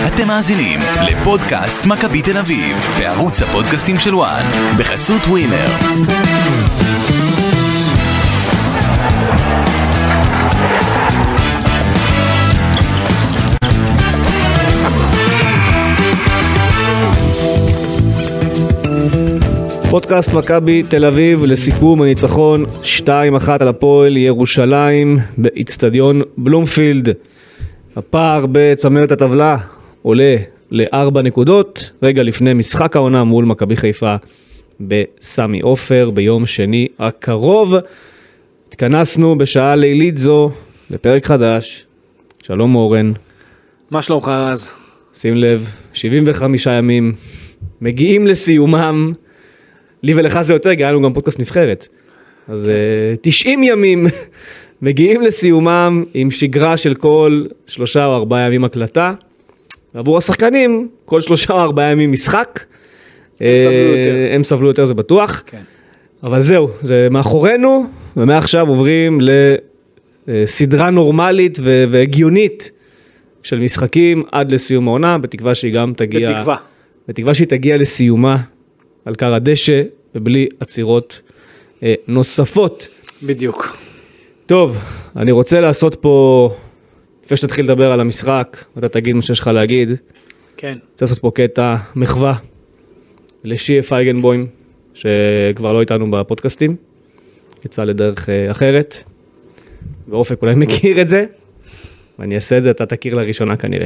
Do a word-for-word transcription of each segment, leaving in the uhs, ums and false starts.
אתם מאזינים לפודקאסט מכבי תל אביב, בערוץ הפודקאסטים של וואן, בחסות ווינר. פודקאסט מכבי תל אביב לסיכום הניצחון שתיים אחת על הפועל ירושלים באצטדיון בלומפילד. הפער בצמרת הטבלה עולה לארבע נקודות, רגע לפני משחק העונה מול מכבי חיפה בסמי עופר ביום שני הקרוב. התכנסנו בשעה לילית זו לפרק חדש. שלום אורן. מה שלומך אז? שים לב, שבעים וחמישה ימים מגיעים לסיומם. לי ולך זה יותר, היה לנו גם פודקאסט נבחרת. אז תשעים ימים מגיעים לסיומם עם שגרה של כל שלושה או ארבעה ימים הקלטה. עבור השחקנים, כל שלושה או ארבעה ימים משחק. הם סבלו יותר. הם סבלו יותר, זה בטוח. כן. אבל זהו, זה מאחורינו, ומעכשיו עוברים לסדרה נורמלית והגיונית של משחקים עד לסיום העונה, בתקווה שהיא גם תגיע... בתקווה. בתקווה שהיא תגיע לסיומה על קר הדשא, ובלי עצירות אה, נוספות. בדיוק. טוב, אני רוצה לעשות פה, לפני שתתחיל לדבר על המשחק, ואתה תגיד מה שיש לך להגיד, כן. רוצה לעשות פה קטע מחווה לשיה פייגנבוים, שכבר לא איתנו בפודקאסטים, יצא לדרך אה, אחרת, ואופק אולי מכיר את זה, ואני אעשה את זה, אתה תכיר לראשונה כנראה.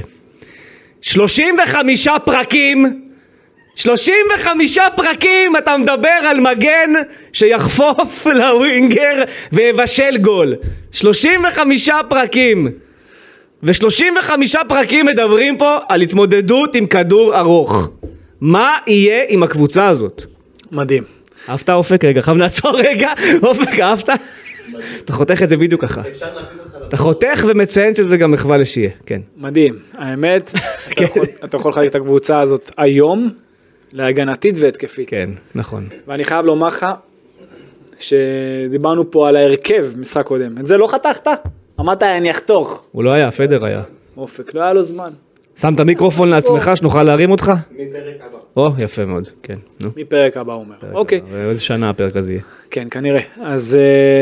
שלושים וחמישה פרקים, שלושים וחמישה פרקים אתה מדבר על מגן שיחפוף לווינגר ויבשל גול. שלושים וחמישה פרקים. ו-שלושים וחמישה פרקים מדברים פה על התמודדות עם כדור ארוך. מה יהיה עם הקבוצה הזאת? מדהים. אהבת אופק? רגע, חייב נעצור רגע. אופק, אהבת? אתה חותך את זה בדיוק ככה. אתה חותך ומציין שזה גם מחווה לשיה, כן. מדהים. האמת, אתה יכול לחלק את הקבוצה הזאת היום, להגנתית והתקפית. כן, נכון. ואני חייב לומר לך, שדיברנו פה על ההרכב משחק קודם. את זה לא חתכת? אמרת, אני אחתוך. הוא לא היה, פדר היה. אופק, לא היה לו זמן. שם את המיקרופון לעצמך, שנוכל להרים אותך? מפרק הבא. או, יפה מאוד, כן. נו. מפרק הבא, הוא אומר. אוקיי. ואיזה שנה הפרק הזה יהיה? כן, כנראה. אז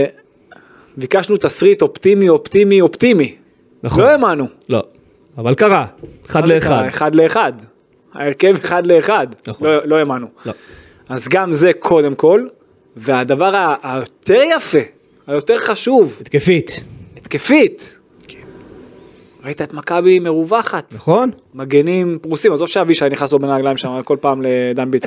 ביקשנו תסריט אופטימי, אופטימי, אופטימי. נכון. לא האמנו. לא, אבל קרה, אחד לאחד. אחד לאחד. ההרכב אחד לאחד. נכון. לא, לא האמנו. לא. אז גם זה קודם כל, והדבר היותר יפה, היותר חשוב, התקפית. התקפית. ראית את מכבי מרווחת. נכון? מגנים פרוסים, עזוב שאבישי נכנס לו בין הרגליים שם כל פעם לדן ביטון.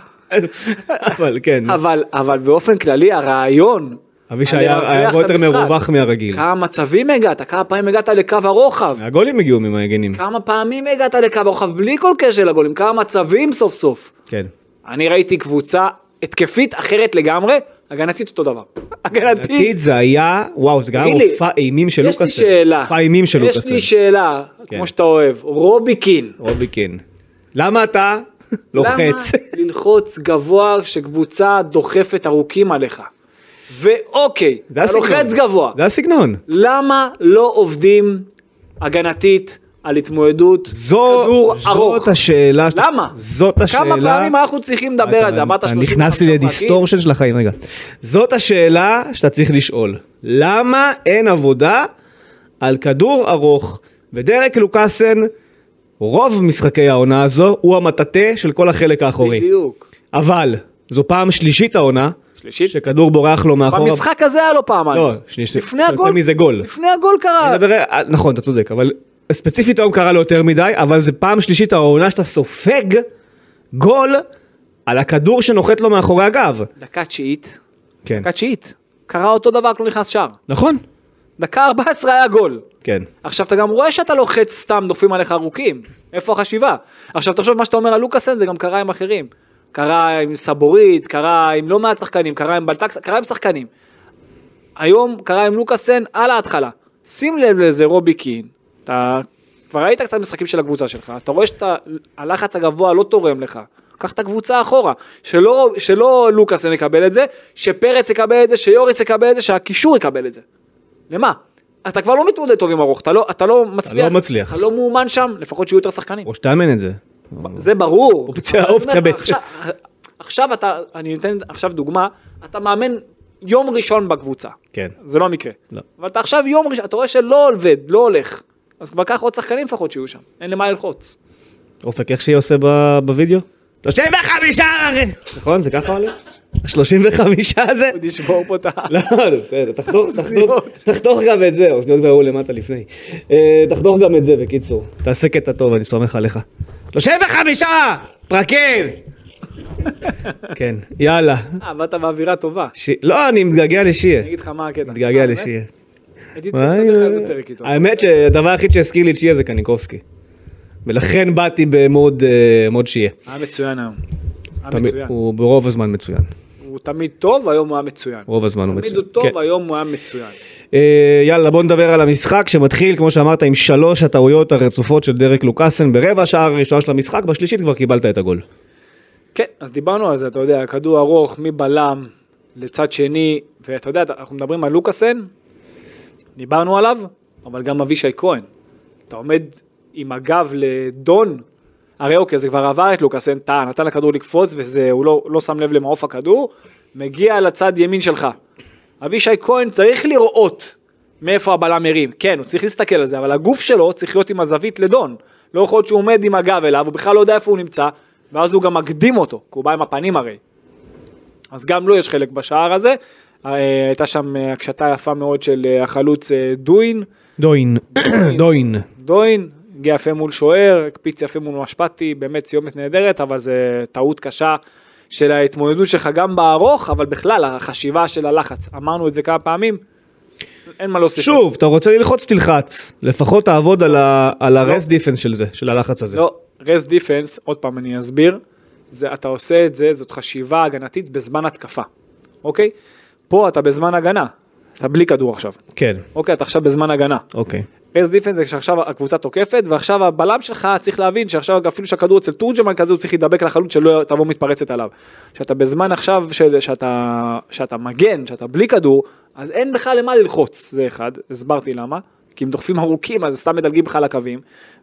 אבל כן. אבל, אבל באופן כללי הרעיון, אבישי היה הרבה יותר מרווח מהרגיל. כמה מצבים הגעת, כמה פעמים הגעת לקו הרוחב. הגולים הגיעו ממגנים. כמה פעמים הגעת לקו הרוחב, בלי כל קשר לגולים, כמה מצבים סוף סוף. כן. אני ראיתי קבוצה התקפית אחרת לגמרי, הגנתית אותו דבר. הגנתית זה היה, וואו, זה גם הופעה אימים של לוקאסן. יש לי שאלה, הופעה אימים של לוקאסן. יש לי שאלה, כמו שאתה אוהב, רובי קין. רובי קין. למה אתה לוחץ? למה ללחוץ גבוה שקבוצה דוחפת ארוכים עליך? ואוקיי, אתה לוחץ גבוה. זה הסגנון. למה לא עובדים הגנתית על התמודדות כדור ארוך? זאת השאלה. למה? זאת השאלה. כמה פעמים אנחנו צריכים לדבר על זה? אמרת שלושים וחמישה פרקים. נכנס לי לדיסטורשן של החיים, רגע. זאת השאלה שאתה צריך לשאול. למה אין עבודה על כדור ארוך? ודרק לוקאסן, רוב משחקי העונה הזו, הוא המטאטה של כל החלק האחורי. בדיוק. אבל, זו פעם שלישית העונה, שלישית? שכדור בורח לו מאחורה. במשחק הזה היה לו פעם. לא, שלישית. לפני הגול. מזה גול. לפני הגול קרה. מדבר, נכון, אתה צודק, אבל ספציפית היום קרה לו יותר מדי, אבל זה פעם שלישית העונה שאתה סופג גול על הכדור שנוחת לו מאחורי הגב. דקה תשיעית. כן. דקה תשיעית. קרה אותו דבר, לא נכנס שער. נכון. דקה ארבע עשרה היה גול. כן. עכשיו אתה גם רואה שאתה לוחץ סתם, דוחפים עליך ארוכים. איפה החשיבה? עכשיו תחשוב מה שאתה אומר על לוקאסן, זה גם קרה עם אחרים. קרה עם סבורית, קרה עם לא מעט שחקנים, קרה עם בלטקס, קרה עם שחקנים. היום קרה עם לוקאסן על ההתחלה. שים לב לזה רובי קין, אתה כבר ראית קצת משחקים של הקבוצה שלך, אתה רואה שהלחץ הגבוה לא תורם לך, קח את הקבוצה אחורה, שלא, שלא לוקאסן יקבל את זה, שפרץ יקבל את זה, שיוריס יקבל את זה, שהקישור יקבל את זה. למה? אתה כבר לא מתמודד טוב עם ארוך, אתה לא, אתה לא מצליח, לא מצליח. אתה לא מאומן שם, לפחות שיהיו יותר שחקנים. או שתאמן את זה. זה ברור. אופציה, אופציה ב'. עכשיו, עכשיו אתה, אני נותן עכשיו דוגמה, אתה מאמן יום ראשון בקבוצה. כן. זה לא המקרה. לא. אבל אתה עכשיו יום ראשון, אתה רואה שלא עובד, לא הולך. אז כבר כך עוד שחקנים לפחות שיהיו שם. אין למה ללחוץ. אופק, איך שהיא עושה ב- בווידאו? שלושים וחמישה! נכון? זה ככה עולה? ה-שלושים וחמישה הזה? הוא תשבור פה את ה... לא, זה בסדר, תחתוך, תחתוך, תחתוך גם את זה, אוזניות והוא למטה לפני. אה, תחתוך גם את זה, בקיצור. תעשה קטע טוב, אני סומך עליך. שלושים וחמישה! פרקים! כן, יאללה. אה, באת באווירה טובה. ש- לא, אני מתגעגע לשיה. אני אגיד לך מה הקטע. מתגעגע אה, לשיה. באמת? הייתי צריך לסדר לך איזה פרק איתו. האמת שהדבר היחיד שהזכיר לי את שיה זה קניקובסקי. ולכן באתי במוד אה, מוד שיה. היה מצוין היום. היה תמיד- מצוין. הוא ברוב הזמן מצוין. הוא תמיד טוב, היום הוא היה מצוין. רוב הזמן הוא תמיד מצוין. הוא טוב, כן. היום הוא היה מצוין. אה, יאללה, בוא נדבר על המשחק שמתחיל, כמו שאמרת, עם שלוש הטעויות הרצופות של דרק לוקאסן ברבע השעה הראשונה של המשחק, בשלישית כבר קיבלת את הגול. כן, אז דיברנו על זה, אתה יודע, כדור ארוך מבלם לצד שני, ואתה יודע, אנחנו מדברים על לוקאסן, דיברנו עליו, אבל גם אבישי כהן. אתה עומד עם הגב לדון, הרי אוקיי, זה כבר עבר את לוקאסן, טעה, נתן לכדור לקפוץ, והוא לא, לא שם לב למעוף הכדור, מגיע לצד ימין שלך. אבישי כהן צריך לראות מאיפה הבלם מרים, כן, הוא צריך להסתכל על זה, אבל הגוף שלו צריך להיות עם הזווית לדון. לא יכול להיות שהוא עומד עם הגב אליו, הוא בכלל לא יודע איפה הוא נמצא, ואז הוא גם מקדים אותו, כי הוא בא עם הפנים הרי. אז גם לו יש חלק בשער הזה, הייתה שם הקשתה יפה מאוד של החלוץ דוין, דוין, דוין. דוין, הגיע יפה מול שוער, הקפיץ יפה מול משפטי, באמת סיומת נהדרת, אבל זה טעות קשה של ההתמודדות שלך גם בארוך, אבל בכלל החשיבה של הלחץ, אמרנו את זה כמה פעמים, אין מה להוסיף. שוב, אתה רוצה ללחוץ, תלחץ. לפחות תעבוד על ה- על הרס דיפנס של זה, של הלחץ הזה. לא, רס דיפנס, עוד פעם אני אסביר, זה, אתה עושה את זה, זאת חשיבה הגנתית בזמן התקפה, אוקיי? פה אתה בזמן הגנה, אתה בלי כדור עכשיו, כן, אוקיי, אתה עכשיו בזמן הגנה. אוקיי. רס דיפנס זה שעכשיו הקבוצה תוקפת, ועכשיו הבלם שלך צריך להבין שעכשיו אפילו שהכדור אצל תורג'מן כזה, הוא צריך להידבק לחלוץ שלא תבוא מתפרצת עליו. שאתה בזמן עכשיו של, שאתה, שאתה מגן, שאתה בלי כדור, אז אין בכלל למה ללחוץ, זה אחד, הסברתי למה, כי אם דוחפים ארוכים, אז סתם מדלגים בכלל לקווים,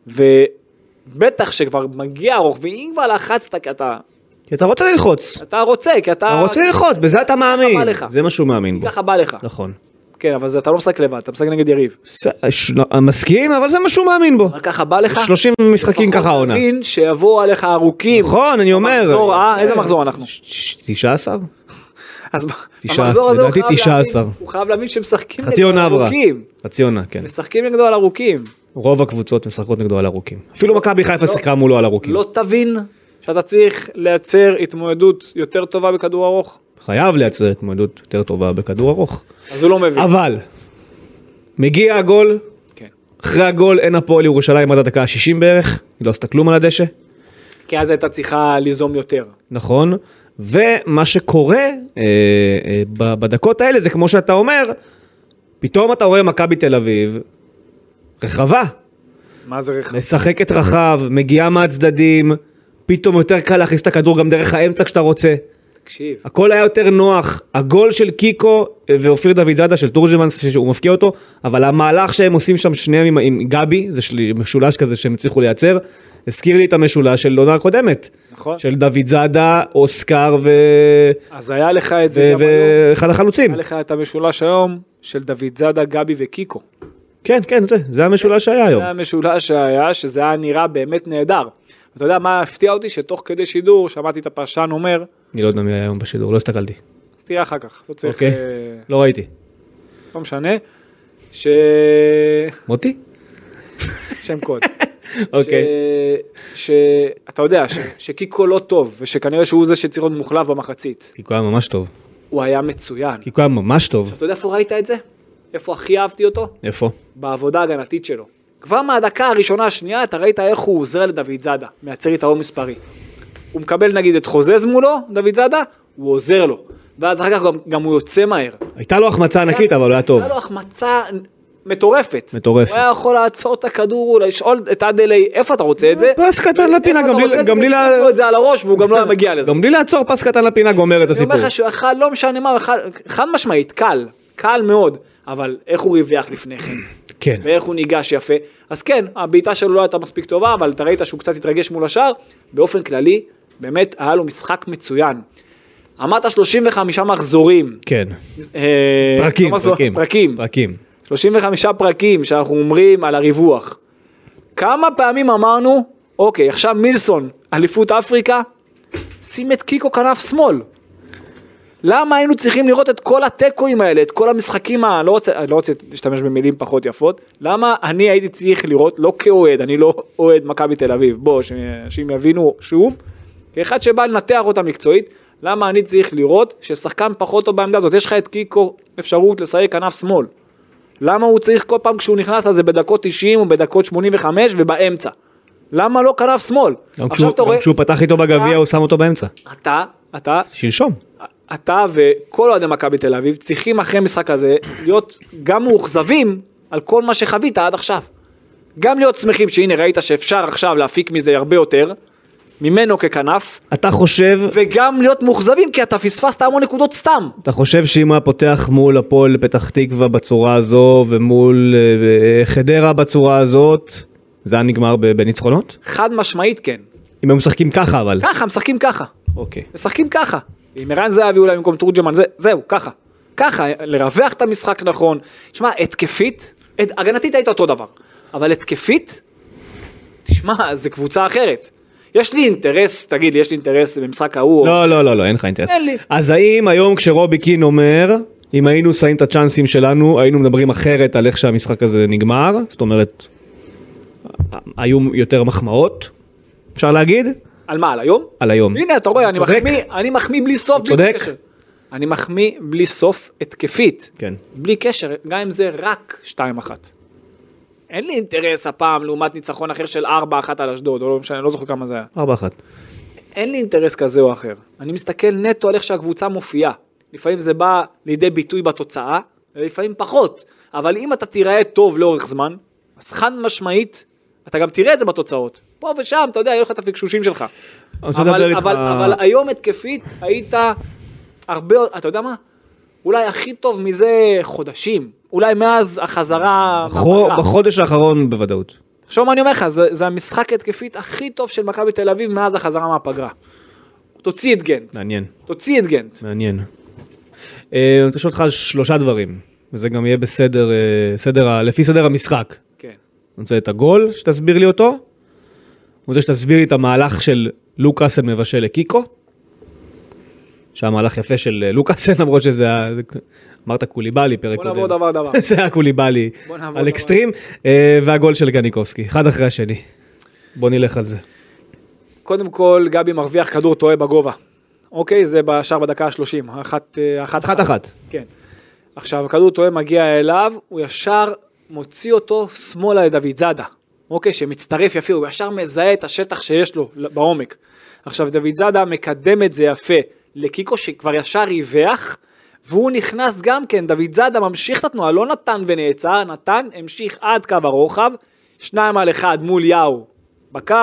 ובטח שכבר מגיע ארוך, ואם כבר לחצת, כי אתה, כי אתה רוצה ללחוץ. אתה רוצה, כי אתה... אתה רוצה ללחוץ, בזה אתה מאמין. בא לך. זה מה שהוא מאמין בו. ככה בא לך. נכון. כן, אבל זה, אתה לא משחק לבד, אתה משחק נגד יריב. ס- ש- מסכים, אבל זה מה שהוא מאמין בו. אבל ככה בא לך. שלושים משחקים ככה עונה. לפחות תבין שיבואו עליך ארוכים. נכון, אני אומר. מחזור, אה? איזה מחזור אנחנו? ש- ש- תשע עשר? אז תשע המחזור עשרה, הזה הוא לדעתי חייב תשע להבין, עשר. הוא חייב להבין שמשחקים חצי נגדו על עונה עברה. ארוכים. חצי עונה, כן. משחקים נגדו על ארוכים. רוב הקבוצות משחקות נגדו על ארוכים. אפילו מכבי חיפה שיחקה מולו על ארוכים. לא תבין שאתה צריך לייצר התמודדות יותר טובה בכדור ארוך? חייב לייצר התמודדות יותר טובה בכדור ארוך. אז הוא לא מבין. אבל, מגיע הגול, כן. אחרי הגול אין הפועל ירושלים עד הדקה ה-שישים בערך, היא לא עשתה כלום על הדשא, כי אז הייתה צריכה ליזום יותר. נכון? ומה שקורה אה, אה, ב- בדקות האלה זה כמו שאתה אומר, פתאום אתה רואה מכבי תל אביב, רחבה, מה זה רחב? משחקת רחב, מגיעה מהצדדים, פתאום יותר קל להכניס את הכדור גם דרך האמצע כשאתה רוצה. תקשיב. הכל היה יותר נוח, הגול של קיקו ואופיר דוד זאדה של תורג'מן שהוא מפקיע אותו, אבל המהלך שהם עושים שם שניהם עם, עם גבי, זה של, משולש כזה שהם הצליחו לייצר, הזכיר לי את המשולש של עונה הקודמת, נכון. של דוד זאדה, אוסקר ו... אז היה לך את זה ו... גם היום. ואחד החלוצים. היה לך את המשולש היום של דוד זאדה, גבי וקיקו. כן, כן, זה, זה המשולש שהיה היום. זה המשולש שהיה, שזה היה נראה באמת נהדר. אתה יודע מה הפתיע אותי? שתוך כדי שידור, שמעתי את הפרשן אומר, אני לא יודע מי היה היום בשידור, לא הסתכלתי. אז תראה אחר כך, לא צריך, אוקיי, אה, לא ראיתי. לא משנה, ש... מוטי? שם קוד. אוקיי. ש... שאתה יודע, ש... שקיקו לא טוב, ושכנראה שהוא זה שצריך להיות מוחלף במחצית. קיקו היה ממש טוב. הוא היה מצוין. קיקו היה ממש טוב. אתה יודע איפה ראית את זה? איפה הכי אהבתי אותו? איפה? בעבודה ההגנתית שלו. כבר מהדקה הראשונה השנייה, אתה ראית איך הוא עוזר לדוד זאדה, מייצר יתרון מספרי. הוא מקבל נגיד את חוזז מולו, דוד זאדה, הוא עוזר לו. ואז אחר כך גם, גם הוא יוצא מהר. הייתה לו החמצה ענקית, אבל הוא היה טוב. הייתה לו החמצה מטורפת. מטורפת. הוא היה יכול לעצור את הכדור, לשאול את אדלי, איפה אתה רוצה את זה? פס קטן לפינה, איפה גם אתה בלי- רוצה את זה? גם בלי לה- ולקחו לו את זה על הראש, והוא גם לא היה מגיע לזה. גם בלי לעצור פס קטן לפינה גומר את אני הסיפור. אומר לך שהוא אחד, לא משנה מה, הוא אחד, חד משמעית, קל, קל מאוד. אבל איך הוא ריווח לפני כן? כן. ואיך הוא ניגש יפה. אז כן, הבעיטה שלו לא הייתה מספיק טובה, אבל אתה ראית שהוא קצת התרגש מול השאר, באופן כללי, באמת היה לו משחק מצוין. אמרת שלושים וחמישה מחזורים. כן. אה, פרקים, לא פרקים. פרקים. פרקים. שלושים וחמישה פרקים שאנחנו אומרים על הריווח. כמה פעמים אמרנו, אוקיי, עכשיו מילסון, אליפות אפריקה, שים את קיקו כנף שמאל. למה היינו צריכים לראות את כל הטקואים האלה, את כל המשחקים, אני לא רוצה, אני לא רוצה להשתמש במילים פחות יפות, למה אני הייתי צריך לראות, לא כאוהד, אני לא אוהד מכבי תל אביב, בוא, שאם יבינו שוב, כאחד שבא לנתח אותה מקצועית, למה אני צריך לראות ששחקן פחות טוב בעמדה הזאת, יש לך את קיקו אפשרות לשחק כנף שמאל, למה הוא צריך כל פעם כשהוא נכנס אז זה בדקות תשעים או בדקות שמונים וחמש ובאמצע, למה לא כנף שמאל? גם כשהוא פתח איתו בגביע הוא שם אותו באמצע. אתה, אתה, שלשום. אתה וכל אוהדי מכבי תל אביב צריכים אחרי משחק הזה להיות גם מאוכזבים על כל מה שחווית עד עכשיו. גם להיות שמחים שהנה ראית שאפשר עכשיו להפיק מזה הרבה יותר, ממנו ככנף. אתה חושב... וגם להיות מאוכזבים כי אתה פספסת המון נקודות סתם. אתה חושב שאם הוא פותח מול הפועל פתח תקווה בצורה הזו ומול uh, חדרה בצורה הזאת, זה היה נגמר בניצחונות? חד משמעית כן. אם הם משחקים ככה אבל. ככה, משחקים ככה. אוקיי. משחקים ככה. עם ערן זהבי אולי במקום תורג'מן, זה, זהו, ככה. ככה, לרווח את המשחק נכון. שמע, התקפית, את, הגנתית הייתה אותו דבר, אבל התקפית, תשמע, זה קבוצה אחרת. יש לי אינטרס, תגיד לי, יש לי אינטרס במשחק ההוא. לא, לא, לא, לא, אין לך אינטרס. אין לי. אז האם היום כשרובי קין אומר, אם היינו שמים את הצ'אנסים שלנו, היינו מדברים אחרת על איך שהמשחק הזה נגמר, זאת אומרת, היו יותר מחמאות, אפשר להגיד? על מה, על היום? על היום. הנה, אתה רואה, אני מחמיא, אני מחמיא בלי סוף, בלי קשר. אני מחמיא בלי סוף התקפית. כן. בלי קשר, גם אם זה רק שתיים אחת. אין לי אינטרס הפעם לעומת ניצחון אחר של ארבע אחת על אשדוד, או לא משנה, לא זוכר כמה זה היה. ארבע אחת. אין לי אינטרס כזה או אחר. אני מסתכל נטו על איך שהקבוצה מופיעה. לפעמים זה בא לידי ביטוי בתוצאה, ולפעמים פחות. אבל אם אתה תיראה טוב לאורך זמן, אז חד משמעית, אתה גם תראה את זה בתוצאות. פה ושם, אתה יודע, יהיו לך את הפקשושים שלך. אבל, אבל, אבל היום התקפית היית הרבה, אתה יודע מה? אולי הכי טוב מזה חודשים. אולי מאז החזרה... בחודש האחרון בוודאות. עכשיו מה אני אומר לך, זה, זה המשחק התקפית הכי טוב של מכבי תל אביב מאז החזרה מהפגרה. תוציא את גנט. מעניין. תוציא את גנט. מעניין. אני רוצה לשאול אותך על שלושה דברים, וזה גם יהיה בסדר, סדר, לפי סדר המשחק. כן. אני רוצה את הגול, שתסביר לי אותו. אני רוצה שתסביר לי את המהלך של לוקאסן מבשל לקיקו. שהיה מהלך יפה של לוקאסן, למרות שזה היה, אמרת קוליבאלי, פרק קודם. בוא נעבור דבר דבר. זה היה קוליבאלי על אקסטרים, והגול של גניקובסקי, אחד אחרי השני. בוא נלך על זה. קודם כל, גבי מרוויח כדור טועה בגובה. אוקיי, זה בשער בדקה ה-שלושים, אחת אחת. אחת אחת. כן. עכשיו, הכדור טועה מגיע אליו, הוא ישר מוציא אותו שמאלה לדוד זאדה. אוקיי, שמצטרף יפה, הוא ישר מזהה את השטח שיש לו בעומק. עכשיו, דוד זאדה מקדם את זה יפה לקיקו שכבר ישר ריווח, והוא נכנס גם כן, דוד זאדה ממשיך את התנועה, לא נתן ונעצר, נתן, המשיך עד קו הרוחב, שניים על אחד מול יאו בקו,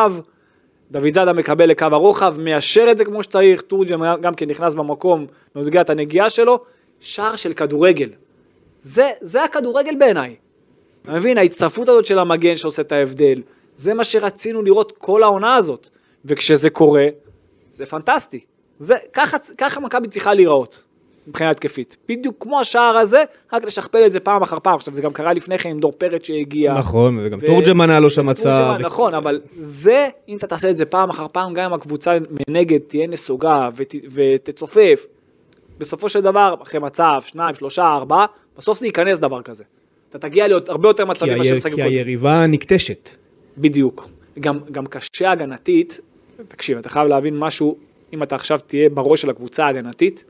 דוד זאדה מקבל לקו הרוחב, מיישר את זה כמו שצריך, תורג'מן גם כן נכנס במקום, נוגע את הנגיעה שלו, שער של כדורגל. זה, זה הכדורגל בעיניי. אתה מבין, ההצטרפות הזאת של המגן שעושה את ההבדל, זה מה שרצינו לראות כל העונה הזאת, וכשזה קורה, זה פנטסטי. זה, ככה, ככה מכבי צריכה להיראות, מבחינה התקפית. בדיוק כמו השער הזה, רק לשכפל את זה פעם אחר פעם. עכשיו, זה גם קרה לפני כן עם דור פרץ שהגיע. נכון, וגם ו... תורג'מן היה לו שם מצב. ו... נכון, אבל זה, אם אתה תעשה את זה פעם אחר פעם, גם אם הקבוצה מנגד תהיה נסוגה ות... ותצופף, בסופו של דבר, אחרי מצב, שניים, שלושה, ארבעה, בסוף זה ייכנס דבר כזה. אתה תגיע להיות הרבה יותר מצבים מאשר משחקים קודם. כי היריבה נקטשת. בדיוק. גם, גם קשה הגנתית, תקשיב, אתה חייב להבין משהו, אם אתה עכשיו תהיה בראש של הקבוצה ההגנתית,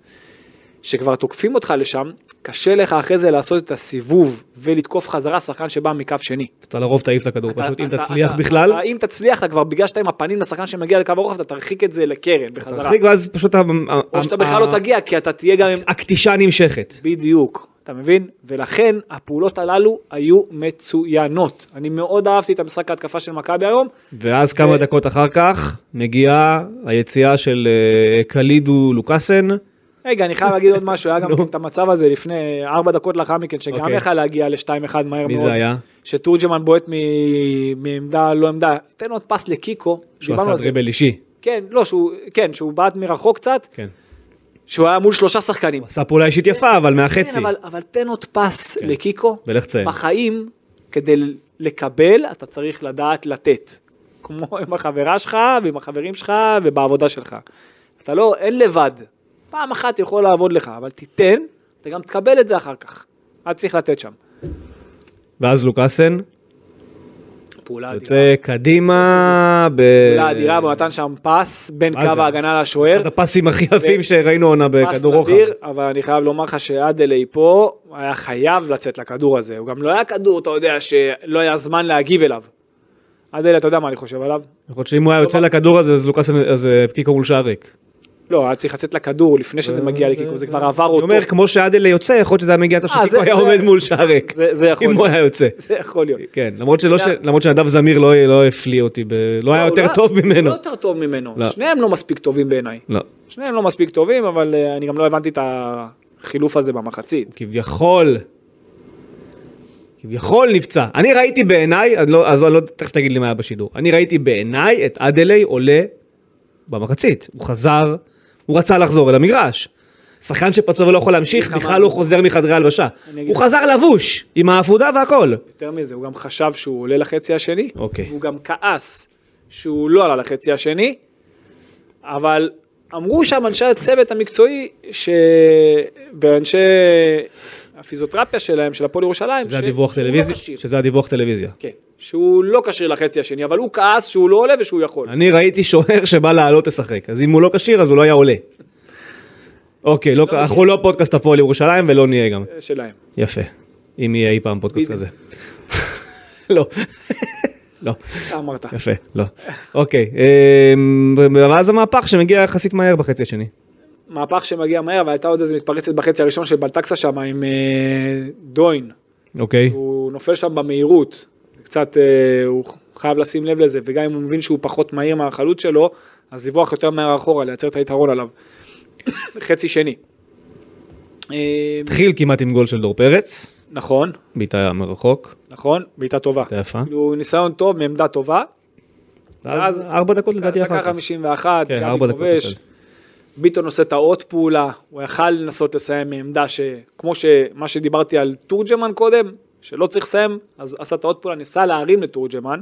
שכבר תוקפים אותך לשם, קשה לך אחרי זה לעשות את הסיבוב, ולתקוף חזרה שחקן שבא מקו שני. אתה לרוב תעיף את הכדור, פשוט אם תצליח בכלל. אם תצליח, אתה כבר בגלל שאתה עם הפנים לשחקן שמגיע לקו הרוחב, אתה תרחיק את זה לקרן בחזרה. תרחיק ואז פשוט... או שאתה בכלל לא תגיע, כי אתה תהיה גם... הקטישה נמשכת. בדיוק, אתה מבין? ולכן הפעולות הללו היו מצוינות. אני מאוד אהבתי את המשחק ההתקפה של מכבי היום. ואז כמה דקות אחר כך מגיעה היציאה של קלידו לוקאסן, רגע, אני חייב להגיד עוד משהו, היה גם את המצב הזה לפני ארבע דקות לאחר מכן, שגם יכל להגיע ל-שתיים אחד מהר מאוד. מי זה היה? שתורג'מן בועט מעמדה, לא עמדה, תן עוד פס לקיקו. שהוא עשה דריבל אישי. כן, לא, כן, שהוא בעט מרחוק קצת. כן. שהוא היה מול שלושה שחקנים. עשה פעולה אישית יפה, אבל מהחצי. כן, אבל תן עוד פס לקיקו. ולך ציים. בחיים, כדי לקבל, אתה צריך לדעת לתת. כמו עם החברה שלך, ועם החברים שלך, ובעבודה שלך. אתה לא, אין לבד. פעם אחת יכול לעבוד לך, אבל תיתן, אתה גם תקבל את זה אחר כך. אתה צריך לתת שם. ואז לוקאסן פעולה אדירה. יוצא קדימה. פעולה אדירה, והוא נתן שם פס בין קו ההגנה לשוער. אחד הפסים הכי יפים שראינו עונה בכדור רוחב. פס נדיר, אבל אני חייב לומר לך שאדלי פה היה חייב לצאת לכדור הזה. הוא גם לא היה כדור, אתה יודע, שלא היה זמן להגיב אליו. אדלי, אתה יודע מה אני חושב עליו? יכול להיות שאם הוא היה יוצא לכדור הזה, אז לוקאסן, אז קיקו מול שער ריק. לא, היה צריך לצאת לכדור לפני שזה מגיע לקיקו, זה כבר עבר אותו. אני אומר, כמו שאדלי יוצא, יכול להיות שזה היה מגיע לצד שקיקו היה עומד מול שער ריק. זה יכול להיות. אם הוא היה יוצא. זה יכול להיות. כן, למרות שנדב זמיר לא הפליא אותי, לא היה יותר טוב ממנו. לא יותר טוב ממנו, שניהם לא מספיק טובים בעיניי. לא. שניהם לא מספיק טובים, אבל אני גם לא הבנתי את החילוף הזה במחצית. כביכול, כביכול נפצע. אני ראיתי בעיניי, אז לא, תכף תגיד לי מה היה בשידור, אני ראיתי בעיניי את אדלי עולה במחצית. הוא חזר, הוא רצה לחזור אל המגרש. שחקן שפצוע ולא יכול להמשיך, בכלל הוא חוזר מחדרי הלבשה. הוא חזר לבוש, עם העפודה והכל. יותר מזה, הוא גם חשב שהוא עולה לחצי השני, אוקיי. הוא גם כעס שהוא לא עלה לחצי השני, אבל אמרו שם אנשי הצוות המקצועי, ואנשי הפיזיותרפיה שלהם, של הפועל ירושלים, שזה הדיווח טלוויזיה, שזה הדיווח טלוויזיה. כן, שהוא לא קשיר לחצי השני, אבל הוא כעס שהוא לא עולה ושהוא יכול. אני ראיתי שוער שבא לעלות לשחק, אז אם הוא לא קשיר, אז הוא לא היה עולה. אוקיי, אנחנו לא פודקאסט הפועל ירושלים, ולא נהיה גם. שלהם. יפה, אם יהיה אי פעם פודקאסט כזה. לא. לא. אמרת. יפה, לא. אוקיי, ואז המהפך שמגיע יחסית מהר בחצי השני. מהפך שמגיע מהר, והייתה עוד איזה מתפרצת בחצי הראשון של בלטקסה שם עם דוין. אוקיי. הוא נופל שם במהירות. קצת הוא חייב לשים לב לזה, וגם אם הוא מבין שהוא פחות מהיר מהחלוץ שלו, אז לברוח יותר מהר אחורה, לייצר את היתרון עליו. חצי שני. התחיל כמעט עם גול של דור פרץ. נכון. בעיטה מרחוק. נכון, בעיטה טובה. בעיטה יפה. הוא ניסיון טוב, מעמדה טובה. אז ארבע דקות לדעתי אחר כך. דקה חמישים ואחת, כן, גבי כובש. ביטון עושה את העוד פעולה, הוא יכל לנסות לסיים מעמדה שכמו שמה שדיברתי על תורג'מן קודם, שלא צריך לסיים, אז עשה את העוד פעולה, ניסה להרים לתורג'מן,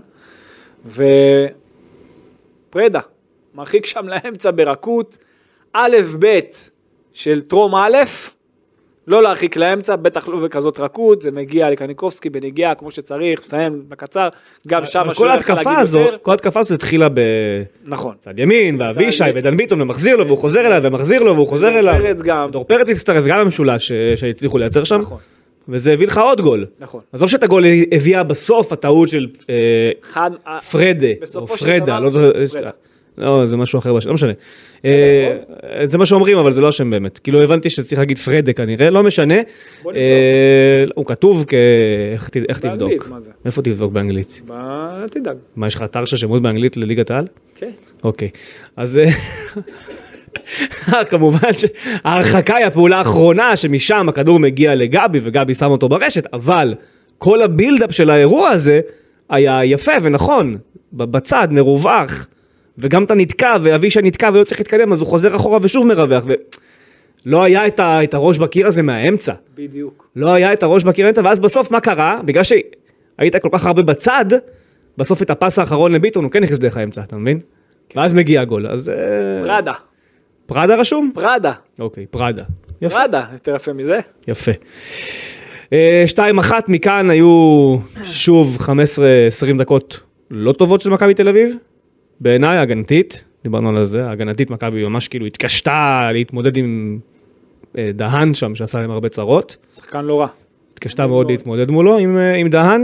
ופרדה, מרחיק שם לאמצע ברכות, א' ב' של טרום א', לא להרחיק לאמצע, בטח לא בכזאת רכות, זה מגיע לקניקובסקי בנגיעה כמו שצריך, מסיים בקצר, גם שם כל ההתקפה הזאת, כל ההתקפה הזאת התחילה בצד ימין, ואבישי ודן ביטון, ומחזיר לו, והוא חוזר אליו, ומחזיר לו, והוא חוזר אליו. דור פרץ גם. דור פרץ הצטרף, גם המשולש שהצליחו לייצר שם. נכון. וזה הביא לך עוד גול. נכון. עזוב שאת הגול הביאה בסוף הטעות של פרדה, או פרדה, לא, זה משהו אחר, לא משנה. זה מה שאומרים, אבל זה לא השם באמת. כאילו הבנתי שצריך להגיד פרדה כנראה, לא משנה. הוא כתוב איך תבדוק. איפה תבדוק באנגלית? מה תדאג. מה, יש לך אתר ששמות באנגלית לליגת העל? כן. אוקיי. אז כמובן שההרחקה היא הפעולה האחרונה, שמשם הכדור מגיע לגבי, וגבי שם אותו ברשת, אבל כל הבילדאפ של האירוע הזה היה יפה ונכון, בצד, מרווח, וגם אתה נתקע, ואבישי נתקע ולא צריך להתקדם, אז הוא חוזר אחורה ושוב מרווח, ולא היה את, ה, את הראש בקיר הזה מהאמצע. בדיוק. לא היה את הראש בקיר האמצע, ואז בסוף מה קרה? בגלל שהיית כל כך הרבה בצד, בסוף את הפס האחרון לביטון, הוא כן נכנס דרך האמצע, אתה מבין? כן. ואז מגיע הגול, אז... פרדה. פרדה רשום? פרדה. אוקיי, פרדה. יפה. פרדה, יותר יפה מזה. יפה. שתיים אחת מכאן היו שוב חמש עשרה עשרים דקות לא טובות של מכבי תל אביב. בעיניי הגנתית, דיברנו על זה, הגנתית מכבי ממש כאילו התקשתה להתמודד עם דהן שם, שעשה להם הרבה צרות. שחקן לא רע. התקשתה מאוד להתמודד מולו עם, עם דהן.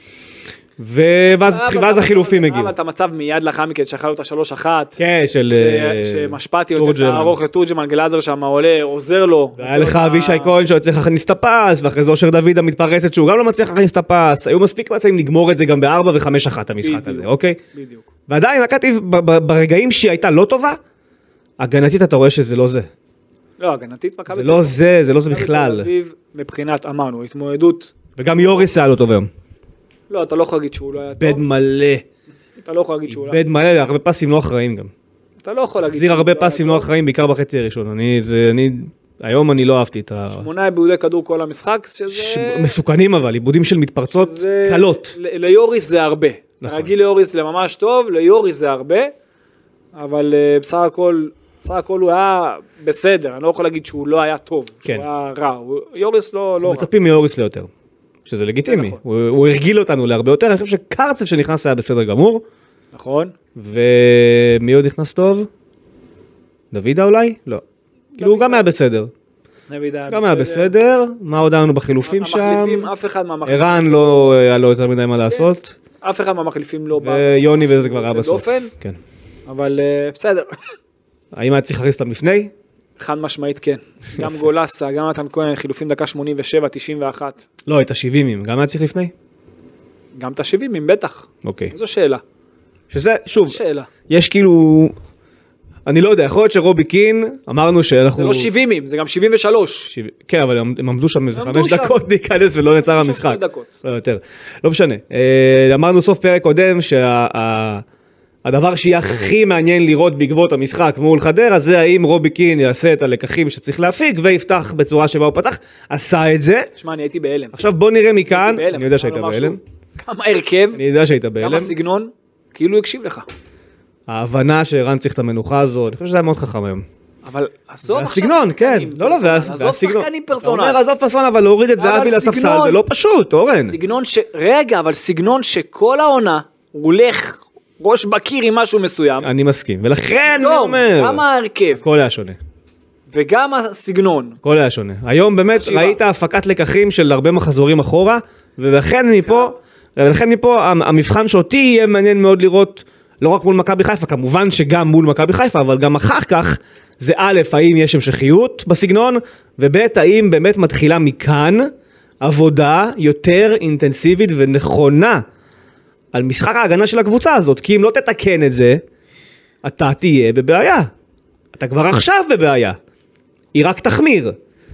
ואז החילופים הגיעו. אבל את המצב מיד לאחר מכן, שאכל אותה שלוש אחת. כן, של שמשפטי אותה את הארוך לתורג'מן, גלאזר שם עולה, עוזר לו. והיה לך אבישי כהן שהצליח להכניס את הפס, ואחרי זה אושר דוד המתפרצת שהוא גם לא מצליח להכניס את הפס. היו מספיק מצבים לגמור את זה גם בארבע וחמש אחת המשחק הזה, אוקיי? בדיוק. ועדיין, נקעתי ברגעים שהיא הייתה לא טובה, הגנתית אתה רואה שזה לא זה. לא, הגנתית מכבי זה לא זה, זה לא זה בכלל. תל אביב, מבחינת, אמרנו, התמודדות. וגם יוריס היה לו טוב היום. לא, אתה לא יכול להגיד שהוא לא היה טוב. בד מלא. אתה לא יכול להגיד שהוא לא... בד מלא, הרבה פסים לא אחראים גם. אתה לא יכול להגיד... החזיר הרבה פסים לא אחראים, בעיקר בחצי הראשון. אני, זה, אני, היום אני לא אהבתי את ה... שמונה עיבודי כדור כל המשחק, שזה... מסוכנים אבל, עיבודים של מתפרצות קלות. ליוריס זה הרבה. רגיל ליוריס לממש טוב, ליוריס זה הרבה, אבל בסך הכל, בסך הכל הוא היה בסדר, אני לא יכול להגיד שהוא לא היה טוב, שהוא היה רע. יוריס לא רע. מצפים מיוריס ליותר, שזה לגיטימי. הוא הרגיל אותנו להרבה יותר, אני חושב שקרצב שנכנס היה בסדר גמור. נכון. ומי עוד נכנס טוב? דוידה אולי? לא. כאילו הוא גם היה בסדר. גם היה בסדר. מה עוד היינו בחילופים שם? המחליפים, אף אחד מהמחליפים. ערן לא היה לו יותר מדי מה לעשות. אף אחד מהמחליפים לא בא. ויוני וזה כבר היה בסוף. כן. אבל בסדר. האם היה צריך להכניס אותם לפני? חד משמעית כן. גם גולסה, גם נתן כהן, חילופים דקה שמונים ושבע, תשעים ואחת. לא, את ה-שבעים, גם היה צריך לפני? גם את ה-שבעים, בטח. אוקיי. זו שאלה. שזה, שוב, שאלה. יש כאילו, אני לא יודע, יכול להיות שרובי קין, אמרנו שאנחנו... זה לא שבעים, זה גם שבעים ושלוש. כן, אבל הם עמדו שם איזה חמש דקות להיכנס ולא נצר המשחק. לא יותר, לא משנה. אמרנו סוף פרק קודם שהדבר שיהיה הכי מעניין לראות בעקבות המשחק מול חדרה, זה האם רובי קין יעשה את הלקחים שצריך להפיק ויפתח בצורה שבה הוא פתח, עשה את זה. שמע, אני הייתי בהלם. עכשיו בוא נראה מכאן, אני יודע שהיית בהלם. כמה הרכב, אני יודע שהיית בהלם. כמה סגנון, כאילו הקשיב לך. ההבנה שרן צריך את המנוחה הזו, אני חושב שזה היה מאוד חכם היום. אבל עזוב עכשיו הסגנון, כן. לא, לא, עזוב שחקנים פרסונל. אתה אומר עזוב פרסונל, אבל להוריד את זה אבי לספסל, זה לא פשוט, אורן. סגנון ש... רגע, אבל סגנון שכל העונה, הוא הולך ראש בקיר עם משהו מסוים. אני מסכים, ולכן אני אומר. גם ההרכב. הכל היה שונה. וגם הסגנון. הכל היה שונה. היום באמת ראית הפקת לקחים של הרבה מחזורים אחורה, ולכן מפה, ולכן מפה המבחן שאותי יהיה מעניין מאוד לראות, לא רק מול מכבי חיפה, כמובן שגם מול מכבי חיפה, אבל גם אחר כך, זה א', האם יש המשכיות בסגנון, וב', האם באמת מתחילה מכאן עבודה יותר אינטנסיבית ונכונה על משחק ההגנה של הקבוצה הזאת, כי אם לא תתקן את זה, אתה תהיה בבעיה. אתה כבר עכשיו בבעיה. היא רק תחמיר.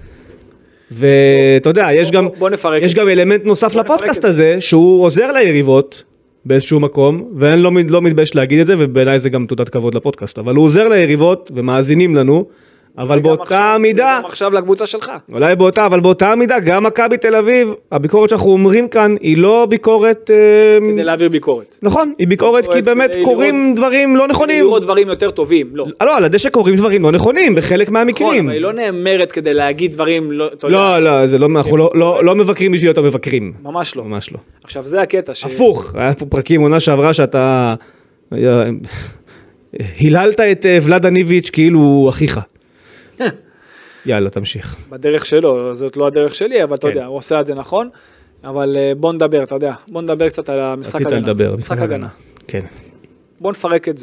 ואתה יודע, יש גם, יש גם אלמנט נוסף לפודקאסט הזה, שהוא עוזר ליריבות, באיזשהו מקום, ואני לא, לא מתבייש להגיד את זה, ובעיניי זה גם תעודת כבוד לפודקאסט, אבל הוא עוזר ליריבות ומאזינים לנו, אבל באותה מידה, גם עכשיו לקבוצה שלך. אולי באותה, אבל באותה מידה, גם מכבי תל אביב, הביקורת שאנחנו אומרים כאן, היא לא ביקורת... כדי להעביר ביקורת. נכון, היא ביקורת כי באמת קורים דברים לא נכונים. כדי לראות דברים יותר טובים, לא. לא, על הדשא קורים דברים לא נכונים, בחלק מהמקרים. נכון, אבל היא לא נאמרת כדי להגיד דברים לא... לא, לא, זה לא, אנחנו לא מבקרים בשביל אותו מבקרים. ממש לא. ממש לא. עכשיו זה הקטע ש... הפוך, היה פה פרקים עונה שעברה שאתה... היללת את ולד הניביץ' כאילו אחיך. יאללה, תמשיך. בדרך שלו, זאת לא הדרך שלי, אבל אתה יודע, הוא עושה את זה נכון, אבל בוא נדבר, אתה יודע, בוא נדבר קצת על המשחק הגנה. רצית לדבר, משחק הגנה. כן. בוא נפרק את זה.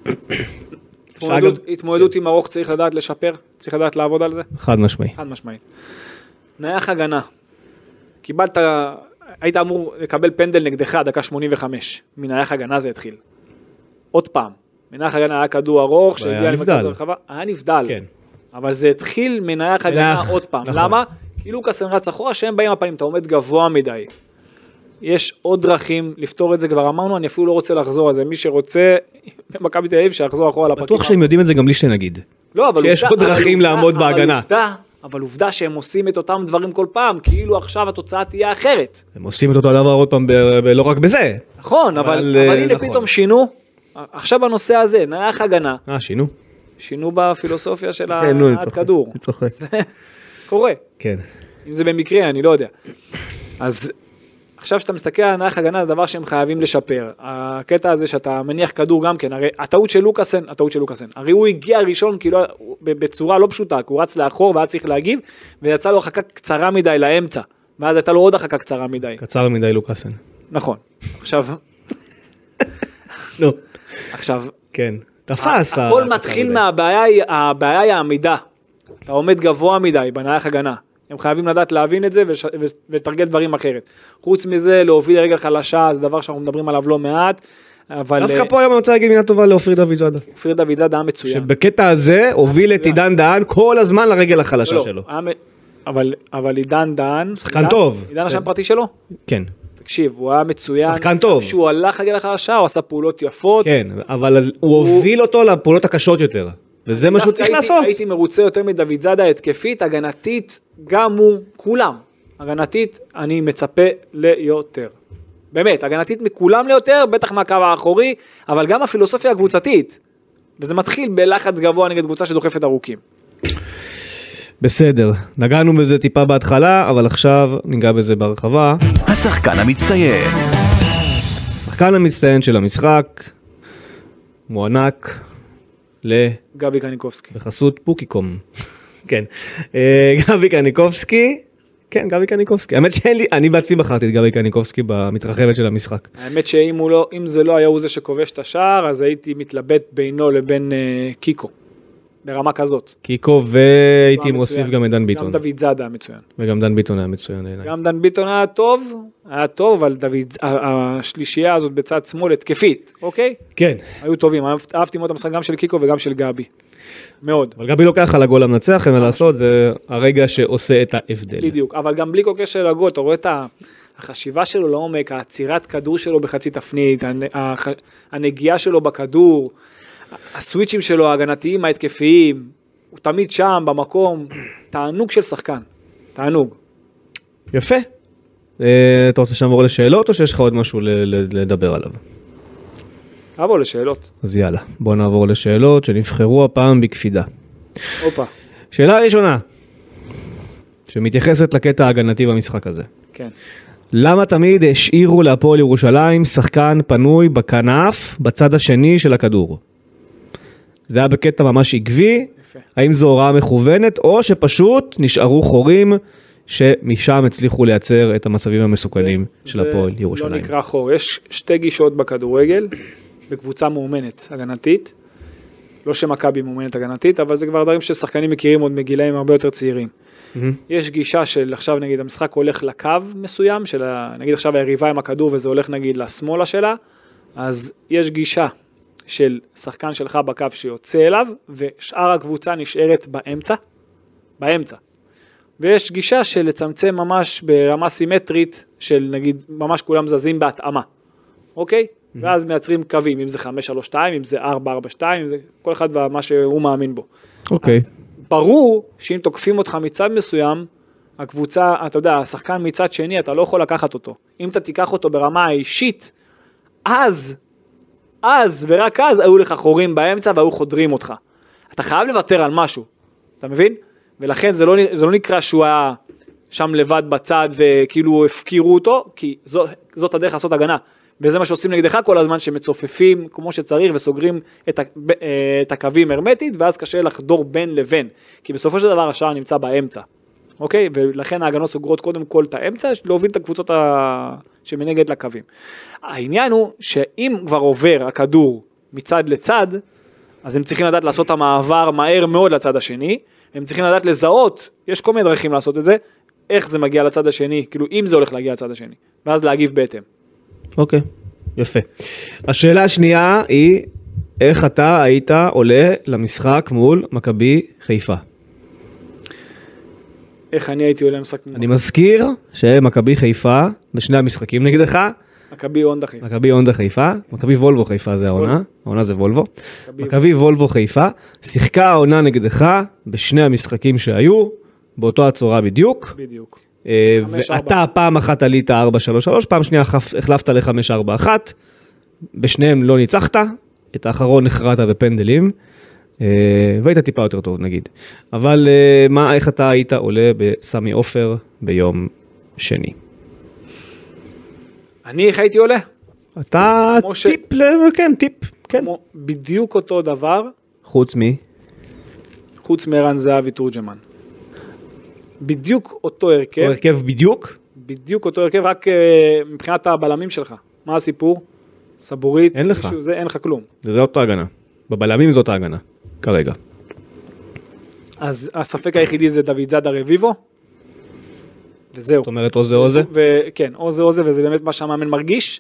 התמודדות עם ארוך צריך לדעת לשפר, צריך לדעת לעבוד על זה. חד משמעי. חד משמעית. נייח הגנה. קיבלת, היית אמור לקבל פנדל נגדך, דקה שמונים וחמש. מנייח הגנה זה התחיל. עוד פעם. מנייח הגנה היה כדור ארוך, שהגיע למרכז הרחבה. היה נבדל. כן. אבל זה התחיל מנייח הגנה עוד פעם. למה? כי לוקאס רץ אחורה שהם באים הפנים, אתה עומד גבוה מדי. יש עוד דרכים לפתור את זה, כבר אמרנו, אני אפילו לא רוצה לחזור על זה. מי שרוצה, במכבי תל אביב, שיחזור אחורה לפרקים. בטוח שהם יודעים את זה גם בלי שנגיד. לא, אבל שיש עוד דרכים לעמוד בהגנה. אבל עובדה שהם עושים את אותם דברים כל פעם, כאילו עכשיו התוצאה תהיה אחרת. הם עושים את אותו דבר עוד פעם, לא רק בזה. נכון, אבל הנה פתאום שינו. עכשיו בנושא הזה, נייח הגנה. אה, שינו. שינו בפילוסופיה של העד כדור. זה קורה. כן. אם זה במקרה, אני לא יודע. אז עכשיו שאתה מסתכל על נייח הגנה, זה דבר שהם חייבים לשפר. הקטע הזה שאתה מניח כדור גם כן, הרי הטעות של לוקאסן, הטעות של לוקאסן. הרי הוא הגיע ראשון כאילו בצורה לא פשוטה, הוא רץ לאחור והיה צריך להגיב, ויצא לו החכה קצרה מדי לאמצע. ואז הייתה לו עוד החכה קצרה מדי. קצר מדי לוקאסן. נכון. עכשיו... נו. עכשיו... כן. תפס. הכל מתחיל מהבעיה, הבעיה היא העמידה. אתה עומד גבוה מדי בנייח הגנה. הם חייבים לדעת להבין את זה ולתרגל דברים אחרת. חוץ מזה, להוביל רגל חלשה, זה דבר שאנחנו מדברים עליו לא מעט. אבל... דווקא פה היום אני רוצה להגיד מילה טובה לאופיר דוד זאדה. אופיר דוד זאדה היה מצוין. שבקטע הזה הוביל את עידן דהן כל הזמן לרגל החלשה לא, שלו. היה... אבל, אבל עידן דהן... שחקן טוב. עידן השם פרטי שלו? כן. תקשיב, הוא היה מצוין. שחקן טוב. כשהוא הלך לרגל החלשה, הוא עשה פעולות יפות. כן, אבל הוא הוביל אותו לפעולות הקשות יותר. וזה מה שהוא צריך לעשות. הייתי מרוצה יותר מדוד זאדה, התקפית, הגנתית, גם הוא, כולם. הגנתית, אני מצפה ליותר. באמת, הגנתית מכולם ליותר, בטח מהקו האחורי, אבל גם הפילוסופיה הקבוצתית. וזה מתחיל בלחץ גבוה נגד קבוצה שדוחפת ארוכים. בסדר, נגענו בזה טיפה בהתחלה, אבל עכשיו ניגע בזה בהרחבה. השחקן המצטיין. השחקן המצטיין של המשחק מוענק ל... גבי קניקובסקי. בחסות פוקיקום. כן. גבי קניקובסקי, כן, גבי קניקובסקי. האמת שאין לי, אני בעצמי בחרתי את גבי קניקובסקי במתרחבת של המשחק. האמת שאם הוא לא, אם זה לא היה הוא זה שכובש את השער, אז הייתי מתלבט בינו לבין uh, קיקו. ברמה כזאת. קיקו, והייתי מוסיף גם את דן ביטון. גם דוד זאדה היה מצוין. וגם דן ביטון היה מצוין. גם דן ביטון היה טוב, היה טוב, אבל דוד, השלישייה הזאת בצד שמאל התקפית, אוקיי? כן. היו טובים, אהבתי מאוד המשחק גם של קיקו וגם של גבי. מאוד. אבל גבי לוקח על הגול המנצח, אין מה לעשות, זה הרגע שעושה את ההבדל. בדיוק, אבל גם בלי כל קשר לגול, אתה רואה את החשיבה שלו לעומק, העצירת כדור שלו בחצי תפנית, הנגיעה שלו בכדור, הסוויצ'ים שלו, ההגנתיים, ההתקפיים, הוא תמיד שם, במקום, תענוג של שחקן, תענוג. יפה. אתה רוצה שנעבור לשאלות, או שיש לך עוד משהו לדבר עליו? נעבור לשאלות. אז יאללה, בואו נעבור לשאלות שנבחרו הפעם בקפידה. אופה. שאלה ראשונה, שמתייחסת לקטע ההגנתי במשחק הזה. כן. למה תמיד השאירו להפועל ירושלים שחקן פנוי בכנף בצד השני של הכדור? זה היה בקטע ממש עקבי, יפה. האם זו הוראה מכוונת, או שפשוט נשארו חורים שמשם הצליחו לייצר את המצבים המסוכנים זה, של הפועל ירושלים? זה לא נקרא חור, יש שתי גישות בכדורגל, בקבוצה מאומנת הגנתית, לא שמכבי מאומנת הגנתית, אבל זה כבר דברים ששחקנים מכירים עוד מגילאים הרבה יותר צעירים. Mm-hmm. יש גישה של עכשיו נגיד המשחק הולך לקו מסוים, של נגיד עכשיו היריבה עם הכדור וזה הולך נגיד לשמאלה שלה, אז יש גישה של שחקן שלך בקו שיוצא אליו, ושאר הקבוצה נשארת באמצע, באמצע. ויש גישה של לצמצם ממש ברמה סימטרית, של נגיד ממש כולם זזים בהתאמה, אוקיי? Mm-hmm. ואז מייצרים קווים, אם זה חמש שלוש שתיים, אם זה ארבע ארבע שתיים, אם זה כל אחד ומה שהוא מאמין בו. אוקיי. אז ברור שאם תוקפים אותך מצד מסוים, הקבוצה, אתה יודע, השחקן מצד שני, אתה לא יכול לקחת אותו. אם אתה תיקח אותו ברמה האישית, אז, אז ורק אז היו לך חורים באמצע והיו חודרים אותך. אתה חייב לוותר על משהו, אתה מבין? ולכן זה לא, זה לא נקרא שהוא היה שם לבד בצד וכאילו הפקירו אותו, כי זו, זאת הדרך לעשות הגנה. וזה מה שעושים נגדך כל הזמן, שמצופפים כמו שצריך וסוגרים את, ה, את הקווים הרמטית, ואז קשה לחדור בין לבין. כי בסופו של דבר השער נמצא באמצע. אוקיי? ולכן ההגנות סוגרות קודם כל את האמצע, להוביל את הקבוצות ה... שמנגד לקווים. העניין הוא שאם כבר עובר הכדור מצד לצד, אז הם צריכים לדעת לעשות את המעבר מהר מאוד לצד השני, הם צריכים לדעת לזהות, יש כל מיני דרכים לעשות את זה, איך זה מגיע לצד השני, כאילו אם זה הולך להגיע לצד השני, ואז להגיב בהתאם. אוקיי, יפה. השאלה השנייה היא, איך אתה היית עולה למשחק מול מכבי חיפה? איך אני הייתי עולה למשחק מול... אני מזכיר שמכבי חיפה, בשני המשחקים נגדך, מכבי הונדה חיפה. מכבי הונדה חיפה, מכבי וולבו חיפה זה העונה, העונה זה וולבו. מכבי וולבו חיפה, שיחקה העונה נגדך בשני המשחקים שהיו, באותו הצורה בדיוק. בדיוק. ואתה פעם אחת עלית ארבע שלוש שלוש, פעם שנייה החלפת ל-חמש ארבע אחת, בשניהם לא ניצחת, את האחרון הכרעת בפנדלים, והיית טיפה יותר טוב נגיד. אבל מה, איך אתה היית עולה בסמי עופר ביום שני? אני איך הייתי עולה? אתה טיפ, כן, טיפ, כן. בדיוק אותו דבר. חוץ מי? חוץ מערן זהבי תורג'מן. בדיוק אותו הרכב. אותו הרכב בדיוק? בדיוק אותו הרכב, רק uh, מבחינת הבלמים שלך. מה הסיפור? סבורית. אין לך. מישהו, זה, אין לך כלום. זה אותו הגנה. בבלמים זאת ההגנה, כרגע. אז הספק היחידי זה דוד זאדה רביבו. וזהו. זאת אומרת, או זה או זה? כן, או זה או זה, וזה באמת מה שהמאמן מרגיש.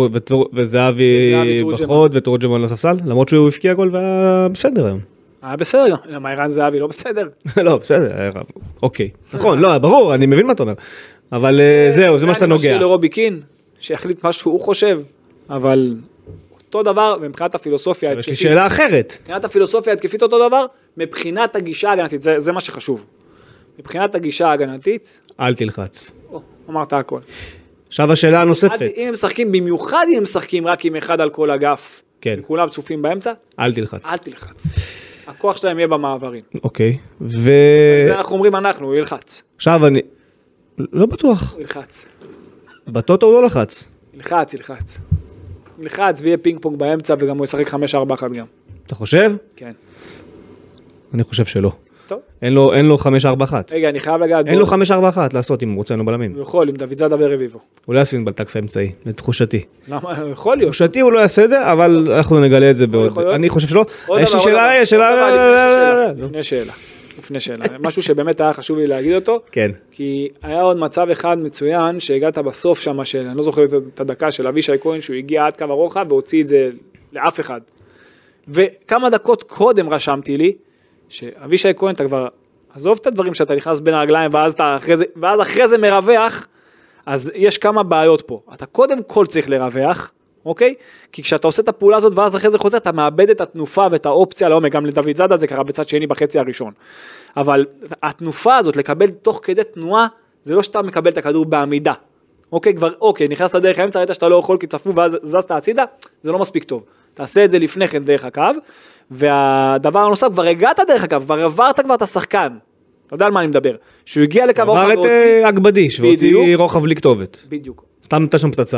וזהבי בחוד ותורג'מן לספסל, למרות שהוא הפקיע גול והיה בסדר היום. היה בסדר, למה ערן זהבי לא בסדר? לא, בסדר, אוקיי. נכון, לא, ברור, אני מבין מה אתה אומר. אבל זהו, זה מה שאתה נוגע. אני משאיר לרובי קין, שיחליט מה שהוא חושב, אבל אותו דבר, ומבחינת הפילוסופיה התקפית. יש לי שאלה אחרת. מבחינת הפילוסופיה התקפית אותו דבר, מבחינת הגישה ההגנתית, זה, זה מה שחשוב. מבחינת הגישה ההגנתית... אל תלחץ. או, אמרת הכל. עכשיו השאלה הנוספת. אם הם משחקים, במיוחד אם הם משחקים רק עם אחד על כל אגף, כן. וכולם צופים באמצע, אל תלחץ. אל תלחץ. הכוח שלהם יהיה במעברים. אוקיי. ו... זה אנחנו אומרים אנחנו, הוא ילחץ. עכשיו אני... לא בטוח. הוא ילחץ. בטוטו הוא לא לחץ. ילחץ, ילחץ. ילחץ ויהיה פינג פונג באמצע, וגם הוא ישחק חמש ארבע אחת גם. אתה חושב? כן. אני חושב שלא. טוב. אין לו, אין לו חמש ארבע אחת. רגע, אני חייב לגעת. אין לו חמש ארבע אחת לעשות אם הוא רוצה, אין לו בלמים. הוא יכול, עם דוד זאדה ורביבו. הוא לא יעשה עם בלטקס האמצעי, לתחושתי. למה? הוא יכול להיות. לתחושתי הוא לא יעשה את זה, אבל אנחנו נגלה את זה בעוד. אני חושב שלא. יש לי שאלה, שאלה. לפני שאלה. לפני שאלה. משהו שבאמת היה חשוב לי להגיד אותו. כן. כי היה עוד מצב אחד מצוין, שהגעת בסוף שם, של, אני לא זוכר את הדקה של אבישי כהן, שהוא הגיע עד קו הרוחב, והוציא את זה לאף אחד. וכמה דקות קודם רשמתי לי, שאבישי כהן, אתה כבר עזוב את הדברים שאתה נכנס בין הרגליים, ואז, אחרי זה, ואז אחרי זה מרווח, אז יש כמה בעיות פה. אתה קודם כל צריך לרווח, אוקיי? כי כשאתה עושה את הפעולה הזאת, ואז אחרי זה חוזר, אתה מאבד את התנופה ואת האופציה לעומק, גם לדוד זאדה זה קרה בצד שני בחצי הראשון. אבל התנופה הזאת, לקבל תוך כדי תנועה, זה לא שאתה מקבל את הכדור בעמידה. אוקיי, כבר, אוקיי, נכנסת דרך האמצע, ראית שאתה לא יכול כי צפו, ואז זזת הצידה, זה לא מספיק טוב. תעשה את זה לפני כן דרך הקו, והדבר הנוסף, כבר הגעת דרך הקו, כבר עברת כבר את השחקן. אתה יודע על מה אני מדבר. שהוא הגיע לקו רוחב והוציא... עבר את אגבדיש, והוציא רוחב בלי כתובת. בדיוק. סתם נתה שם פצצה.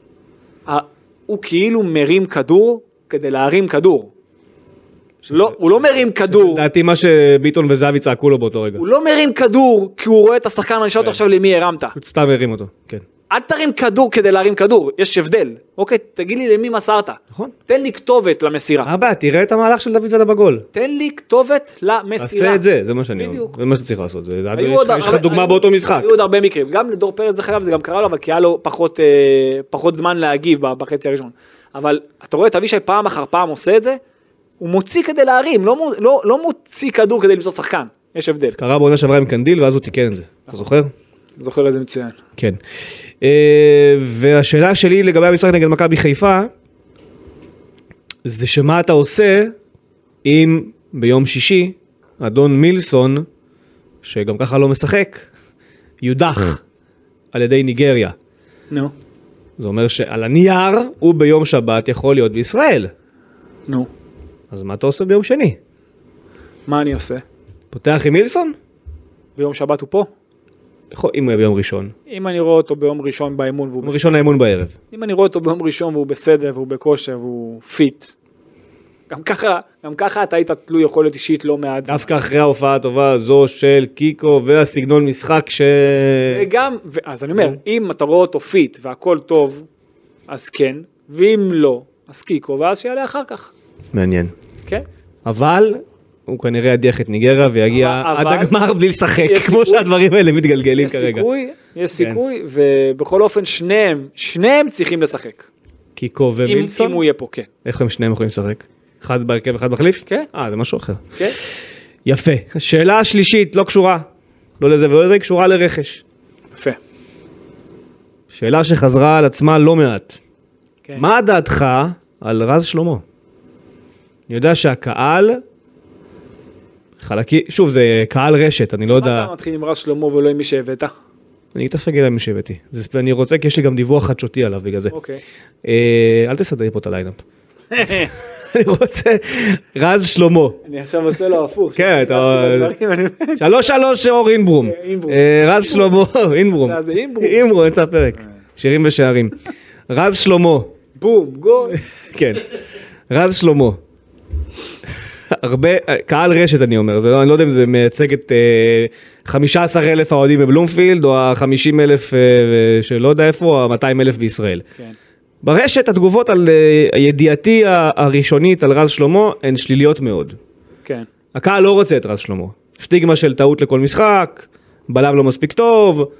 הוא כאילו מרים כדור, כדי להרים כדור. לא, הוא לא מרים כדור. לדעתי מה שביטון וזהבי צעקו לו באותו רגע. הוא לא מרים כדור, כי הוא רואה את השחקן, ואני שואל אותו עכשיו למי הרמת. הוא סתם הרים אותו, כן. אל תרים כדור כדי להרים כדור, יש הבדל. אוקיי, תגיד לי למי מסרת. נכון. תן לי כתובת למסירה. הבא, תראה את המהלך של דוד זאדה בגול. תן לי כתובת למסירה. עשה את זה, זה מה שאני אומר. בדיוק. זה מה שצריך לעשות. יש לך דוגמה באותו משחק. היו עוד הרבה מקרים. גם לדור פרץ זה חייב, זה גם קרה לו, אבל כי היה לו פחות, פחות זמן להגיב בחצי הראשון. אבל אתה רואה את אבישי פעם אחר פעם עושה את זה, הוא מוציא כדי להרים, לא, לא, לא מוציא כדור כדי למצוא שחקן. יש הבדל. קרה בעונה שעברה עם קנדיל, ואז הוא תיקן את זה. אתה זוכר? זוכר איזה מצוין. כן. והשאלה שלי לגבי המשחק נגד מכבי חיפה, זה שמה אתה עושה אם ביום שישי, אדון מילסון, שגם ככה לא משחק, יודח על ידי ניגריה. נו. זה אומר שעל הנייר הוא ביום שבת יכול להיות בישראל. נו. אז מה אתה עושה ביום שני? מה אני עושה? פותח עם מילסון? ביום שבת הוא פה? אם הוא יהיה ביום ראשון. אם אני רואה אותו ביום ראשון באימון והוא בסדר. ראשון האימון בערב. אם אני רואה אותו ביום ראשון והוא בסדר והוא בכושר והוא פיט. גם ככה, גם ככה אתה היית תלוי יכולת אישית לא מעט. דווקא אחרי ההופעה הטובה הזו של קיקו והסגנון משחק ש... וגם, אז אני אומר, אם אתה רואה אותו פיט והכל טוב, אז כן, ואם לא, אז קיקו, ואז שיעלה אחר כך. מעניין. כן. אבל... הוא כנראה ידיח את ניגריה ויגיע עד הגמר בלי לשחק, כמו שהדברים האלה מתגלגלים כרגע. יש סיכוי, יש סיכוי, ובכל אופן שניהם, שניהם צריכים לשחק. קיקו ומילסון? אם הוא יהיה פה, כן. איך הם שניהם יכולים לשחק? אחד בהרכב, אחד מחליף? כן. אה, זה משהו אחר. כן. יפה. שאלה השלישית, לא קשורה, לא לזה ולא לזה, קשורה לרכש. יפה. שאלה שחזרה על עצמה לא מעט. מה דעתך על רז שלמה? אני יודע שהקהל... חלקי, שוב, זה קהל רשת, אני לא יודע... מה אתה מתחיל עם רז שלמה ולא עם מי שהבאת? אני אתפק אליי מי שהבאתי. אני רוצה, כי יש לי גם דיווח חדשותי עליו בגלל זה. אוקיי. אל תסדר פה את הליינאפ. אני רוצה, רז שלמה. אני עכשיו עושה לו הפוך. כן, אתה... שלוש שלוש אור אינברום. רז שלמה, אינברום. זה אינברום. אינברום, אמצע הפרק. שירים ושערים. רז שלמה. בום, גול. כן. רז שלמה. הרבה, קהל רשת אני אומר, זה לא, אני לא יודע אם זה מייצג את חמישה עשר אלף האוהדים בבלומפילד, או ה-חמישים אלף שלא יודע איפה, או ה-מאתיים אלף בישראל. כן. ברשת התגובות על הידיעתי הראשונית על רז שלמה, הן שליליות מאוד. כן. הקהל לא רוצה את רז שלמה. סטיגמה של טעות לכל משחק, בלם לא מספיק טוב,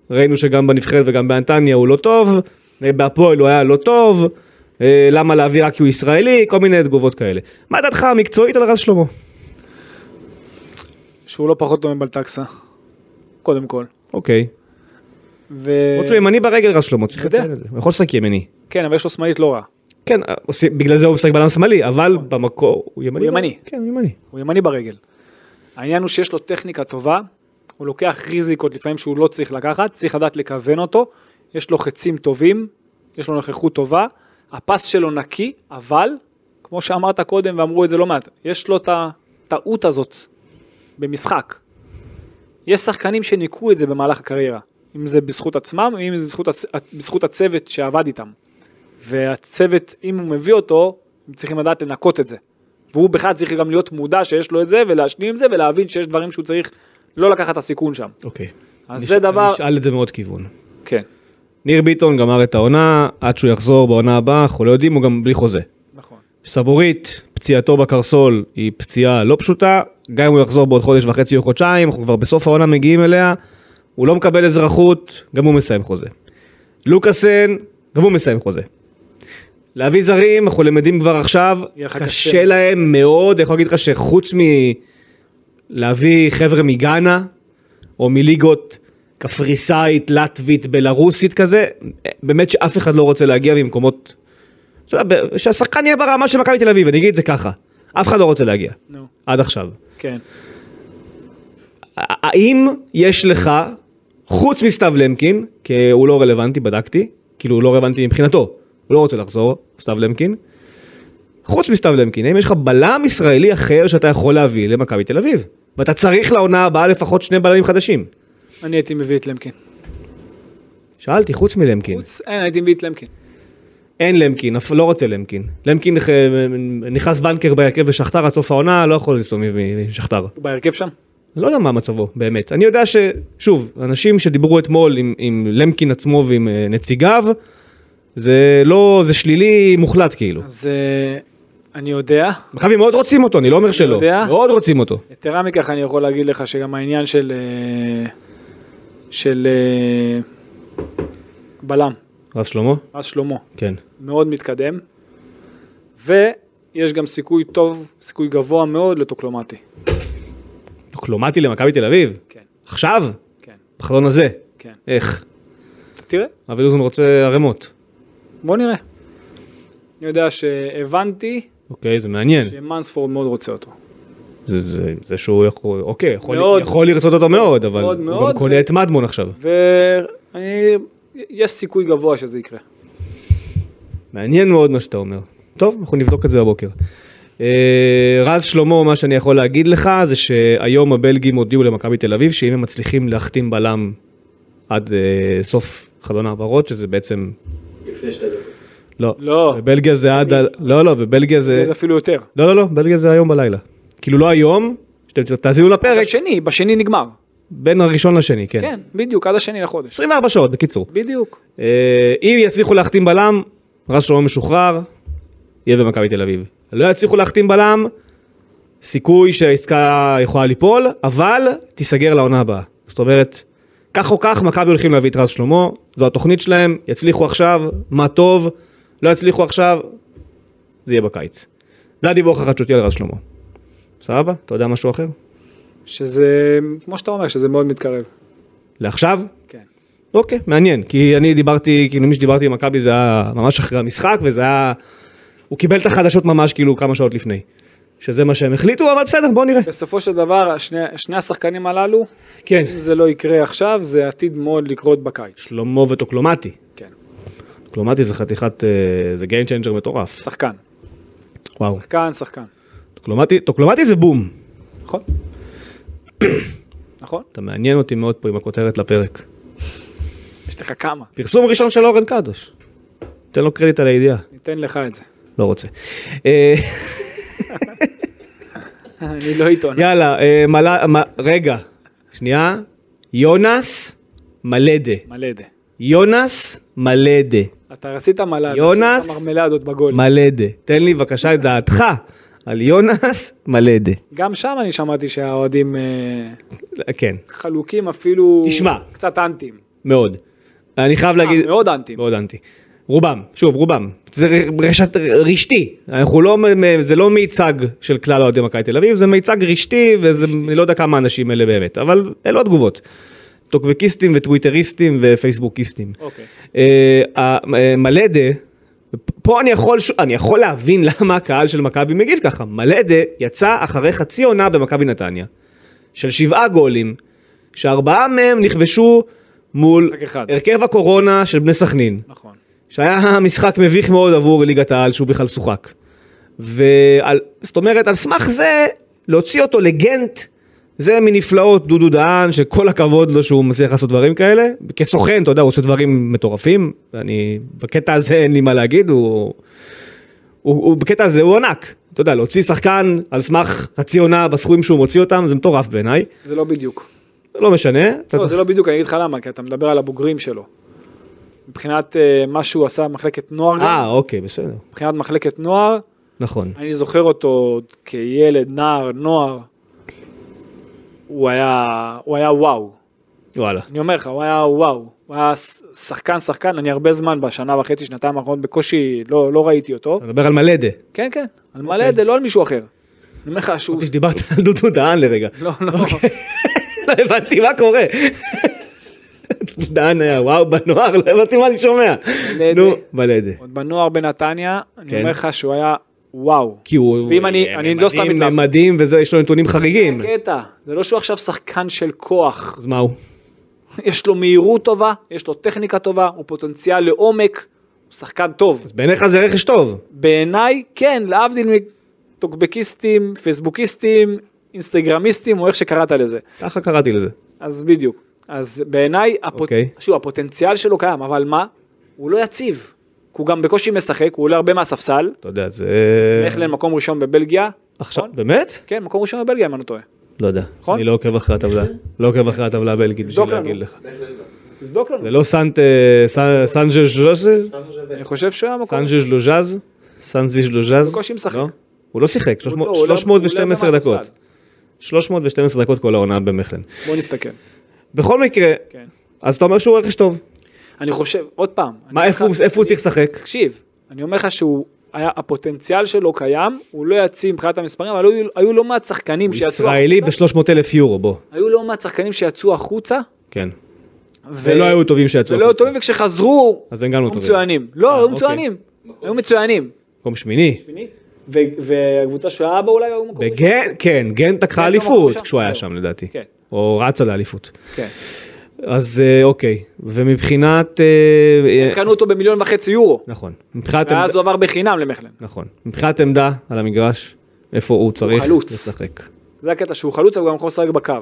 ראינו שגם בנבחרת וגם באנטניה הוא לא טוב, בהפועל הוא היה לא טוב, למה להביא רק כי הוא ישראלי, כל מיני תגובות כאלה. מה דעתך המקצועית על רז שלמה? שהוא לא פחות טוב מבלטקסה, קודם כל. אוקיי. ו... עוד שהוא ימני ברגל רז שלמה, צריך לציין את זה. הוא יכול לשחק ימני. כן, אבל יש לו שמאלית לא רע. כן, בגלל זה הוא משחק בלם שמאלי, אבל במקור הוא ימני. הוא ימני. כן, הוא ימני. הוא ימני ברגל. העניין הוא שיש לו טכניקה טובה, הוא לוקח ריזיקות לפעמים שהוא לא צריך לקחת, צריך לדעת לכוון אותו, יש לו חצים טובים, יש לו נוכחות טובה, הפס שלו נקי, אבל, כמו שאמרת קודם ואמרו את זה לא מעט, יש לו את הטעות הזאת במשחק. יש שחקנים שניקו את זה במהלך הקריירה, אם זה בזכות עצמם, אם זה בזכות, בזכות הצוות שעבד איתם. והצוות, אם הוא מביא אותו, הם צריכים לדעת לנקות את זה. והוא בכלל צריך גם להיות מודע שיש לו את זה, ולהשלים עם זה, ולהבין שיש דברים שהוא צריך לא לקחת את הסיכון שם. אוקיי. אז זה דבר... נשאל את זה מאוד כיוון. כן. ניר ביטון גמר את העונה, עד שהוא יחזור בעונה הבאה, אנחנו לא יודעים, הוא גם בלי חוזה. נכון. סבורית, פציעתו בקרסול, היא פציעה לא פשוטה, גם אם הוא יחזור בעוד חודש וחצי או חודשיים, אנחנו כבר בסוף העונה מגיעים אליה, הוא לא מקבל אזרחות, גם הוא מסיים חוזה. לוקאסן, גם הוא מסיים חוזה. להביא זרים, אנחנו למדים כבר עכשיו, קשה להם מאוד, יכול להגיד לך שחוץ מלהביא חבר'ה מגאנה, או מליגות קפריסאית, לטבית, בלרוסית כזה, באמת שאף אחד לא רוצה להגיע ממקומות, שהשחקן יהיה ברמה של מכבי תל אביב, אני אגיד את זה ככה, אף אחד לא רוצה להגיע, עד עכשיו. כן. האם יש לך, חוץ מסתיו למקין, כי הוא לא רלוונטי, בדקתי, כאילו הוא לא רלוונטי מבחינתו, הוא לא רוצה לחזור, סתיו למקין. חוץ מסתיו למקין, האם יש לך בלם ישראלי אחר שאתה יכול להביא למכבי תל אביב? ואתה צריך לעונה הבאה לפחות שני בלמים חדשים. אני הייתי מביא את למקין. שאלתי, חוץ מלמקין. חוץ, אין, הייתי מביא את למקין. אין למקין, לא רוצה למקין. למקין נכנס בנקר בהרכב ושחטר עד סוף העונה, לא יכול לסתום משחטר. הוא בהרכב שם? אני לא יודע מה מצבו, באמת. אני יודע ששוב, אנשים שדיברו אתמול עם, עם למקין עצמו ועם נציגיו, זה לא, זה שלילי מוחלט כאילו. אז אני יודע. מכבי מאוד רוצים אותו, אני לא אומר שלא. יודע. מאוד רוצים אותו. יתרה מכך אני יכול להגיד לך שגם העניין של, של בלם. רז שלמה? רז שלמה. כן. מאוד מתקדם. ויש גם סיכוי טוב, סיכוי גבוה מאוד לטוקלומטי. טוקלומטי למכבי תל אביב? כן. עכשיו? כן. בחלון הזה? כן. איך? תראה. אבי לוזון רוצה הרמות. בוא נראה. אני יודע שהבנתי. אוקיי, זה מעניין. שמנספורד מאוד רוצה אותו. זה, זה, זה שהוא יכול, אוקיי, יכול, מאוד, יכול לרצות אותו מאוד, אבל מאוד, הוא מאוד, גם קונה ו... את מדמון עכשיו. ויש סיכוי גבוה שזה יקרה. מעניין מאוד מה שאתה אומר. טוב, אנחנו נבדוק את זה בבוקר. רז שלמה, מה שאני יכול להגיד לך, זה שהיום הבלגים הודיעו למכבי תל אביב, שאם הם מצליחים להחתים בלם עד סוף חלון העברות, שזה בעצם... לפני שתי דקות. לא, לא. בבלגיה זה עד... לא, לא, בבלגיה זה... זה אפילו יותר. לא, לא, לא, בבלגיה זה היום בלילה. כאילו לא היום, שאתם תאזינו לפרק. בשני, בשני נגמר. בין הראשון לשני, כן. כן, בדיוק, עד השני לחודש. עשרים וארבע שעות, בקיצור. בדיוק. אם יצליחו להחתים בלם, רז שלמה משוחרר, יהיה במכבי תל אביב. לא יצליחו להחתים בלם, סיכוי שהעסקה יכולה ליפול, אבל תיסגר לעונה הבאה. זאת אומרת, כך או כך, מכבי הולכים להביא את רז שלמה, זו התוכנית שלהם, יצליחו עכשיו, מה טוב, לא יצליחו עכשיו, זה יהיה בקיץ. זה הדיווח החדשותי על רז שלמה. סבבה? אתה יודע משהו אחר? שזה, כמו שאתה אומר, שזה מאוד מתקרב. לעכשיו? כן. אוקיי, מעניין, כי אני דיברתי, כאילו מי שדיברתי עם מכבי זה היה ממש אחרי המשחק, וזה היה, הוא קיבל את החדשות ממש כאילו כמה שעות לפני. שזה מה שהם החליטו, אבל בסדר, בואו נראה. בסופו של דבר, שני, שני השחקנים הללו, כן. אם זה לא יקרה עכשיו, זה עתיד מאוד לקרות בקיץ. שלמה וטוקלומטי. כן. טוקלומטי זה חתיכת, זה game changer מטורף. שחקן. וואו. שחקן, שחקן. טוקלומטי, טוקלומטי זה בום. נכון. נכון. אתה מעניין אותי מאוד פה עם הכותרת לפרק. יש לך כמה. פרסום ראשון של אורן קדוש. תן לו קרדיט על הידיעה. ניתן לך את זה. לא רוצה. אני לא עיתון. יאללה, רגע, שנייה. יונס מלדה. מלדה. יונס מלדה. אתה רצית מלדה. יונס המרמלדות בגול. מלדה. תן לי בבקשה את דעתך על יונס מלדה. גם שם אני שמעתי שהאוהדים כן. חלוקים אפילו תשמע. קצת אנטים. מאוד. אני חייב להגיד... מאוד אנטי. מאוד אנטי. רובם, שוב, רובם. זה רשת רשתי. אנחנו לא, זה לא מיצג של כלל האוהדי מכבי תל אביב, זה מיצג רשתי, וזה, אני לא יודע כמה אנשים אלה באמת, אבל אלו התגובות. טוקבקיסטים וטוויטריסטים ופייסבוקיסטים. אוקיי. מלדה, פה אני יכול, אני יכול להבין למה הקהל של מכבי מגיב ככה. מלדה יצא אחרי חצי עונה במכבי נתניה, של שבעה גולים, שארבעה מהם נכבשו מול הרכב הקורונה של בני סכנין. נכון. שהיה משחק מביך מאוד עבור ליגת העל, שהוא בכלל שוחק. זאת אומרת, על סמך זה, להוציא אותו לגנט, זה מנפלאות דודו דהן, שכל הכבוד לו שהוא מצליח לעשות דברים כאלה. כסוכן, אתה יודע, הוא עושה דברים מטורפים, ואני, בקטע הזה אין לי מה להגיד, הוא, הוא, הוא בקטע הזה הוא ענק. אתה יודע, להוציא שחקן על סמך חצי עונה בסכומים שהוא מוציא אותם, זה מטורף בעיניי. זה לא בדיוק. זה לא משנה. לא, זה לא בדיוק, אני אגיד לך למה, כי אתה מדבר על הבוגרים שלו. מבחינת uh, מה שהוא עשה במחלקת נוער. אה, אוקיי, בסדר. מבחינת מחלקת נוער. נכון. אני זוכר אותו כילד, נער, נוער. הוא היה, הוא היה וואו. וואלה. אני אומר לך, הוא היה וואו. הוא היה שחקן, שחקן, אני הרבה זמן בשנה וחצי, שנתיים האחרונות, בקושי לא, לא ראיתי אותו. אתה מדבר על מלדה. כן, כן, על מלדה, לא על מישהו אחר. אני אומר לך שהוא... דיברת על דודו דהן לרגע. לא, לא. לא הבנתי מה קורה. דהן היה וואו בנוער, לא הבנתי מה אני שומע. נו, מלדה. עוד בנוער בנתניה, אני אומר לך שהוא היה וואו. כי הוא... ואם אני, אני לא סתם מתלהב. מדהים וזה, יש לו נתונים חריגים. זה קטע, זה לא שהוא עכשיו שחקן של כוח. אז מה הוא? יש לו מהירות טובה, יש לו טכניקה טובה, הוא פוטנציאל לעומק, הוא שחקן טוב. אז בעיניך זה רכש טוב. בעיניי, כן, להבדיל מטוקבקיסטים, פייסבוקיסטים, אינסטגרמיסטים, או איך שקראת לזה. ככה קראתי לזה. אז בדיוק. אז בעיניי, הפוט... okay. שוב, הפוטנציאל שלו קיים, אבל מה? הוא לא יציב. הוא גם בקושי משחק, הוא עולה הרבה מהספסל. אתה יודע, זה... מכלן מקום ראשון בבלגיה. עכשיו, באמת? כן, מקום ראשון בבלגיה, אם אני טועה. לא יודע. נכון? אני לא עוקב אחרי הטבלה. לא עוקב אחרי הטבלה הבלגית, בשביל להגיד לך. תבדוק לנו. זה לא סנג'ה ז'לוז'ז? אני חושב שהוא היה מקום. סנג'ה ז'לוז'ז? סנג'ה ז'לוז'ז? בקושי משחק. הוא לא שיחק, שלוש מאות ושתים עשרה דקות. שלוש מאות ושתים עשרה דקות כל העונה במכלן. בוא נסתכל. בכל מקרה, אז אתה אומר שהוא רכש טוב. אני חושב, עוד פעם. מה, איפה הוא צריך לשחק? תקשיב, אני אומר לך שהוא, הפוטנציאל שלו קיים, הוא לא יציא מבחינת המספרים, אבל היו לא מעט שחקנים שיצאו החוצה. ישראלי ב-שלוש מאות אלף יורו, בוא. היו לא מעט שחקנים שיצאו החוצה. כן. ולא היו טובים שיצאו החוצה. ולא היו טובים, וכשחזרו, היו מצוינים. לא, היו מצוינים. היו מצוינים. מקום שמיני. והקבוצה שהוא היה בה אולי היו מקום ראשון. כן, גנט לקחה אליפות כשהוא היה שם לדעתי. או רצה לאליפות. כן. אז אוקיי, ומבחינת... הם קנו אותו במיליון וחצי יורו. נכון. ואז הוא עבר בחינם למכלן. נכון. מבחינת עמדה על המגרש, איפה הוא צריך לשחק. זה הקטע שהוא חלוץ, אבל הוא גם יכול לשחק בקו.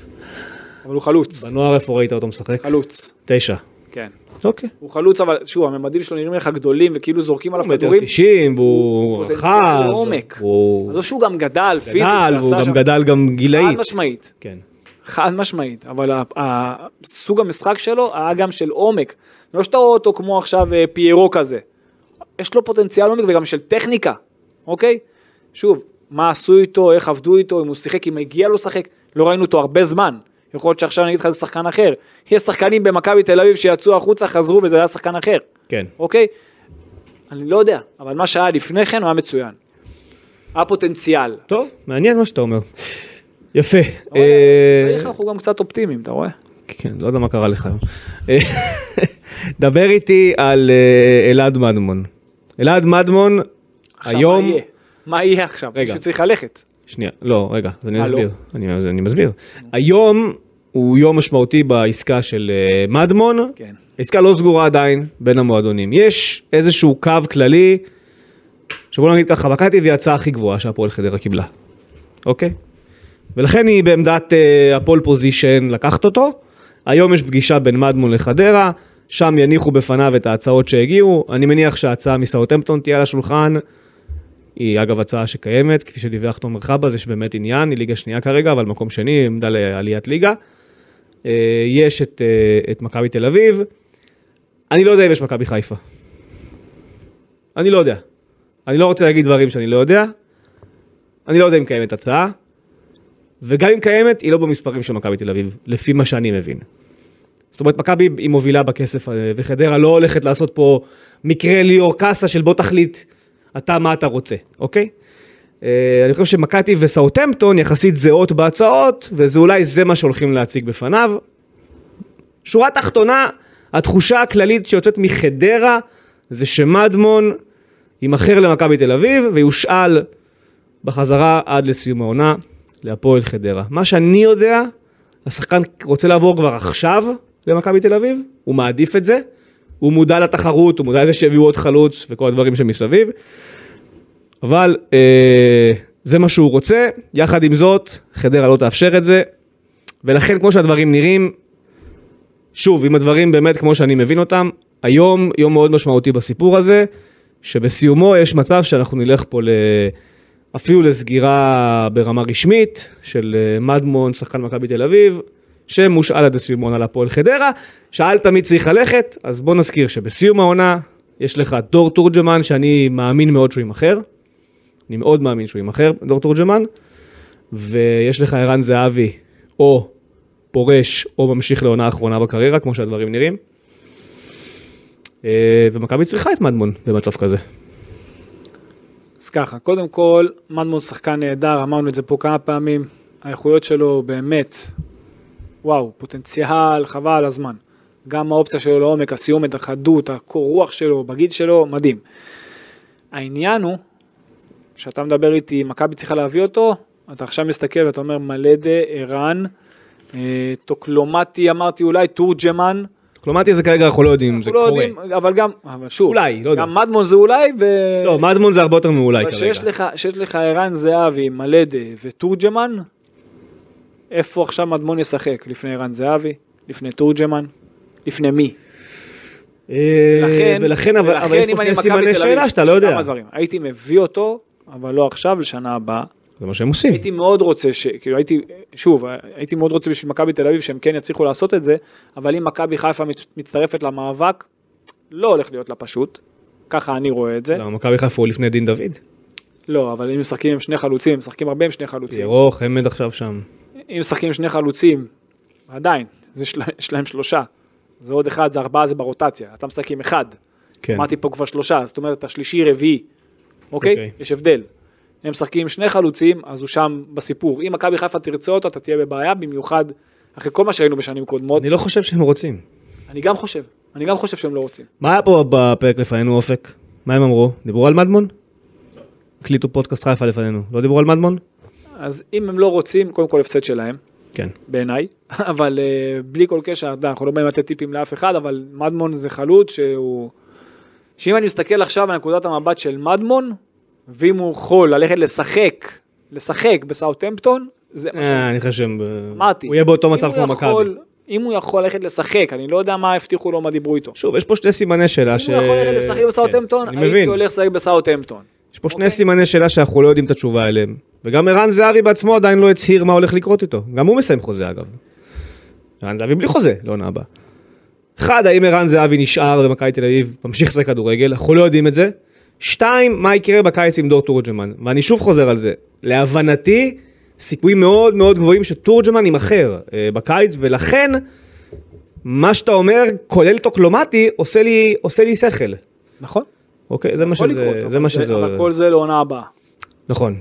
אבל הוא חלוץ. בנוער איפה ראית אותו משחק? חלוץ. תשע. כן. אוקיי. הוא חלוץ, אבל שוב, הממדים שלו נראים לך גדולים, וכאילו זורקים עליו כדורים. מטר תשעים, והוא רחב. לעומק. אז שהוא גם גדל, פיזית. גדל, והוא גם גדל גם גילאית. חד משמעית. כן. חד משמעית, אבל הסוג המשחק שלו היה גם של עומק. לא שאתה רואה אותו כמו עכשיו פיירו כזה. יש לו פוטנציאל עומק וגם של טכניקה, אוקיי? שוב, מה עשו איתו, איך עבדו איתו, אם הוא שיחק, אם הגיע לו שחק, לא ראינו אותו הרבה זמן. יכול להיות שעכשיו אני אגיד לך זה שחקן אחר. יש שחקנים במכבי תל אביב שיצאו החוצה, חזרו וזה היה שחקן אחר. כן. אוקיי? אני לא יודע, אבל מה שהיה לפני כן הוא היה מצוין. הפוטנציאל. טוב, מעניין מה שאתה אומר. יפה. צריך אנחנו גם קצת אופטימיים, אתה רואה? כן, לא יודע מה קרה לך היום. דבר איתי על אלעד מדמון. אלעד מדמון, היום... מה יהיה עכשיו? מישהו צריך ללכת. שנייה, לא, רגע, אז אני אסביר. אני מסביר. היום הוא יום משמעותי בעסקה של מדמון. כן. העסקה לא סגורה עדיין בין המועדונים. יש איזשהו קו כללי, שבוא נגיד ככה, מכבי היא ההצעה הכי גבוהה שהפועל חדרה קיבלה. אוקיי? ולכן היא בעמדת הפול פוזישן לקחת אותו. היום יש פגישה בין מדמון לחדרה, שם יניחו בפניו את ההצעות שהגיעו. אני מניח שההצעה מסאות'המפטון תהיה על השולחן. היא אגב הצעה שקיימת, כפי שדיווח תומר חבאז, יש באמת עניין, היא ליגה שנייה כרגע, אבל מקום שני, עמדה לעליית ליגה. יש את, את מכבי תל אביב. אני לא יודע אם יש מכבי חיפה. אני לא יודע. אני לא רוצה להגיד דברים שאני לא יודע. אני לא יודע אם קיימת הצעה. וגם אם קיימת, היא לא במספרים של מכבי תל אביב, לפי מה שאני מבין. זאת זאת אומרת, מכבי היא מובילה בכסף, וחדרה לא הולכת לעשות פה מקרה ליאור קאסה של בוא תחליט אתה מה אתה רוצה, אוקיי? אני חושב שמכבי וסאות'המפטון יחסית זהות בהצעות, וזה אולי זה מה שהולכים להציג בפניו. שורה תחתונה, התחושה הכללית שיוצאת מחדרה, זה שמדמון יימכר למכבי תל אביב, ויושאל בחזרה עד לסיום העונה, להפועל חדרה. מה שאני יודע, השחקן רוצה לעבור כבר עכשיו למכבי תל אביב, הוא מעדיף את זה, הוא מודע לתחרות, הוא מודע לזה שהביאו עוד חלוץ וכל הדברים שמסביב, אבל אה, זה מה שהוא רוצה, יחד עם זאת, חדרה לא תאפשר את זה, ולכן כמו שהדברים נראים, שוב, אם הדברים באמת כמו שאני מבין אותם, היום יום מאוד משמעותי בסיפור הזה, שבסיומו יש מצב שאנחנו נלך פה ל... אפילו לסגירה ברמה רשמית של מדמון, שחקן מכבי תל אביב, שמושאל עד לסיום העונה להפועל חדרה, שאלת מי צריך ללכת, אז בוא נזכיר שבסיום העונה יש לך דור תורג'מן, שאני מאמין מאוד שהוא יימכר, אני מאוד מאמין שהוא יימכר, דור תורג'מן, ויש לך ערן זהבי, או פורש, או ממשיך לעונה האחרונה בקריירה, כמו שהדברים נראים, ומכבי צריכה את מדמון במצב כזה. אז ככה, קודם כל, מדמון שחקן נהדר, אמרנו את זה פה כמה פעמים, האיכויות שלו באמת, וואו, פוטנציאל, חבל על הזמן. גם האופציה שלו לעומק, הסיומת, החדות, הקור רוח שלו, בגיל שלו, מדהים. העניין הוא, שאתה מדבר איתי, מכבי צריכה להביא אותו, אתה עכשיו מסתכל ואתה אומר, מלדה, ערן, אה, טוקלומטי, אמרתי אולי, תורג'מן, טוקלומטי זה כרגע אנחנו לא יודעים, זה לא קורה. יודעים, אבל גם, אבל שוב, אולי, לא יודע. גם מדמון זה אולי, ו... לא, מדמון זה הרבה יותר מאולי כרגע. שיש לך, שיש לך ערן זהבי, מלדה וטורג'מן, איפה עכשיו מדמון ישחק? לפני ערן זהבי, לפני תורג'מן, לפני מי? לכן, ולכן, אבל יש פה שני סימני שאלה שאתה לא יודע. הייתי מביא אותו, אבל לא עכשיו, לשנה הבאה. זה מה שהם עושים. הייתי מאוד רוצה, ש... כאילו הייתי, שוב, הייתי מאוד רוצה בשביל מכבי תל אביב, שהם כן יצליחו לעשות את זה, אבל אם מכבי חיפה מצטרפת למאבק, לא הולך להיות לה פשוט, ככה אני רואה את זה. לא, מכבי חיפה הוא לפני דין דוד. לא, אבל אם משחקים עם שני חלוצים, הם משחקים הרבה עם שני חלוצים. ירוך, חמד עכשיו שם. אם משחקים עם שני חלוצים, עדיין, זה של... יש להם שלושה. זה עוד אחד, זה ארבעה, זה ברוטציה. אתה משחק עם אחד. כן. אמרתי פה כבר שלושה, זאת אומרת, השלישי רביעי. אוקיי? אוקיי. יש הבדל. הם משחקים עם שני חלוצים, אז הוא שם בסיפור. אם מכבי חיפה תרצה אותו, אתה תהיה בבעיה, במיוחד אחרי כל מה שהיינו בשנים קודמות. אני לא חושב שהם רוצים. אני גם חושב. אני גם חושב שהם לא רוצים. מה היה פה בפרק לפנינו, אופק? מה הם אמרו? דיברו על מדמון? הקליטו פודקאסט חיפה לפנינו. לא דיברו על מדמון? אז אם הם לא רוצים, קודם כל הפסד שלהם. כן. בעיניי. אבל uh, בלי כל קשר, אנחנו לא באים לתת טיפים לאף אחד, אבל מדמון זה חלוץ שהוא... שאם אני מסתכל עכשיו על נקודת המבט של מדמון, ואם הוא יכול ללכת לשחק, לשחק בסאות'המפטון, זה מה שאני... אני חושב אמרתי. הוא יהיה באותו מצב כמו מכבי. אם הוא יכול ללכת לשחק, אני לא יודע מה הבטיחו לו, מה דיברו איתו. שוב, יש פה שני סימני שאלה ש... אם הוא יכול ללכת לשחק בסאות'המפטון, הייתי הולך לשחק בסאות'המפטון. יש פה שני סימני שאלה שאנחנו לא יודעים את התשובה אליהם. וגם ערן זהבי בעצמו עדיין לא הצהיר מה הולך לקרות איתו. גם הוא מסיים חוזה אגב. ערן זהבי בלי חוזה, לא נאבא. אחד, האם ערן זהבי נשאר במכבי תל אביב, ממשיך לשחק כדורגל, אנחנו לא יודעים את זה. שתיים, מה יקרה בקיץ עם דור תורג'מן? ואני שוב חוזר על זה. להבנתי, סיכויים מאוד מאוד גבוהים שתורג'מן יימכר אה, בקיץ, ולכן, מה שאתה אומר, כולל טוקלומטי, עושה לי, עושה לי שכל. נכון. אוקיי, זה מה שזה, זה מה שזה. אבל כל זה לעונה הבאה. נכון.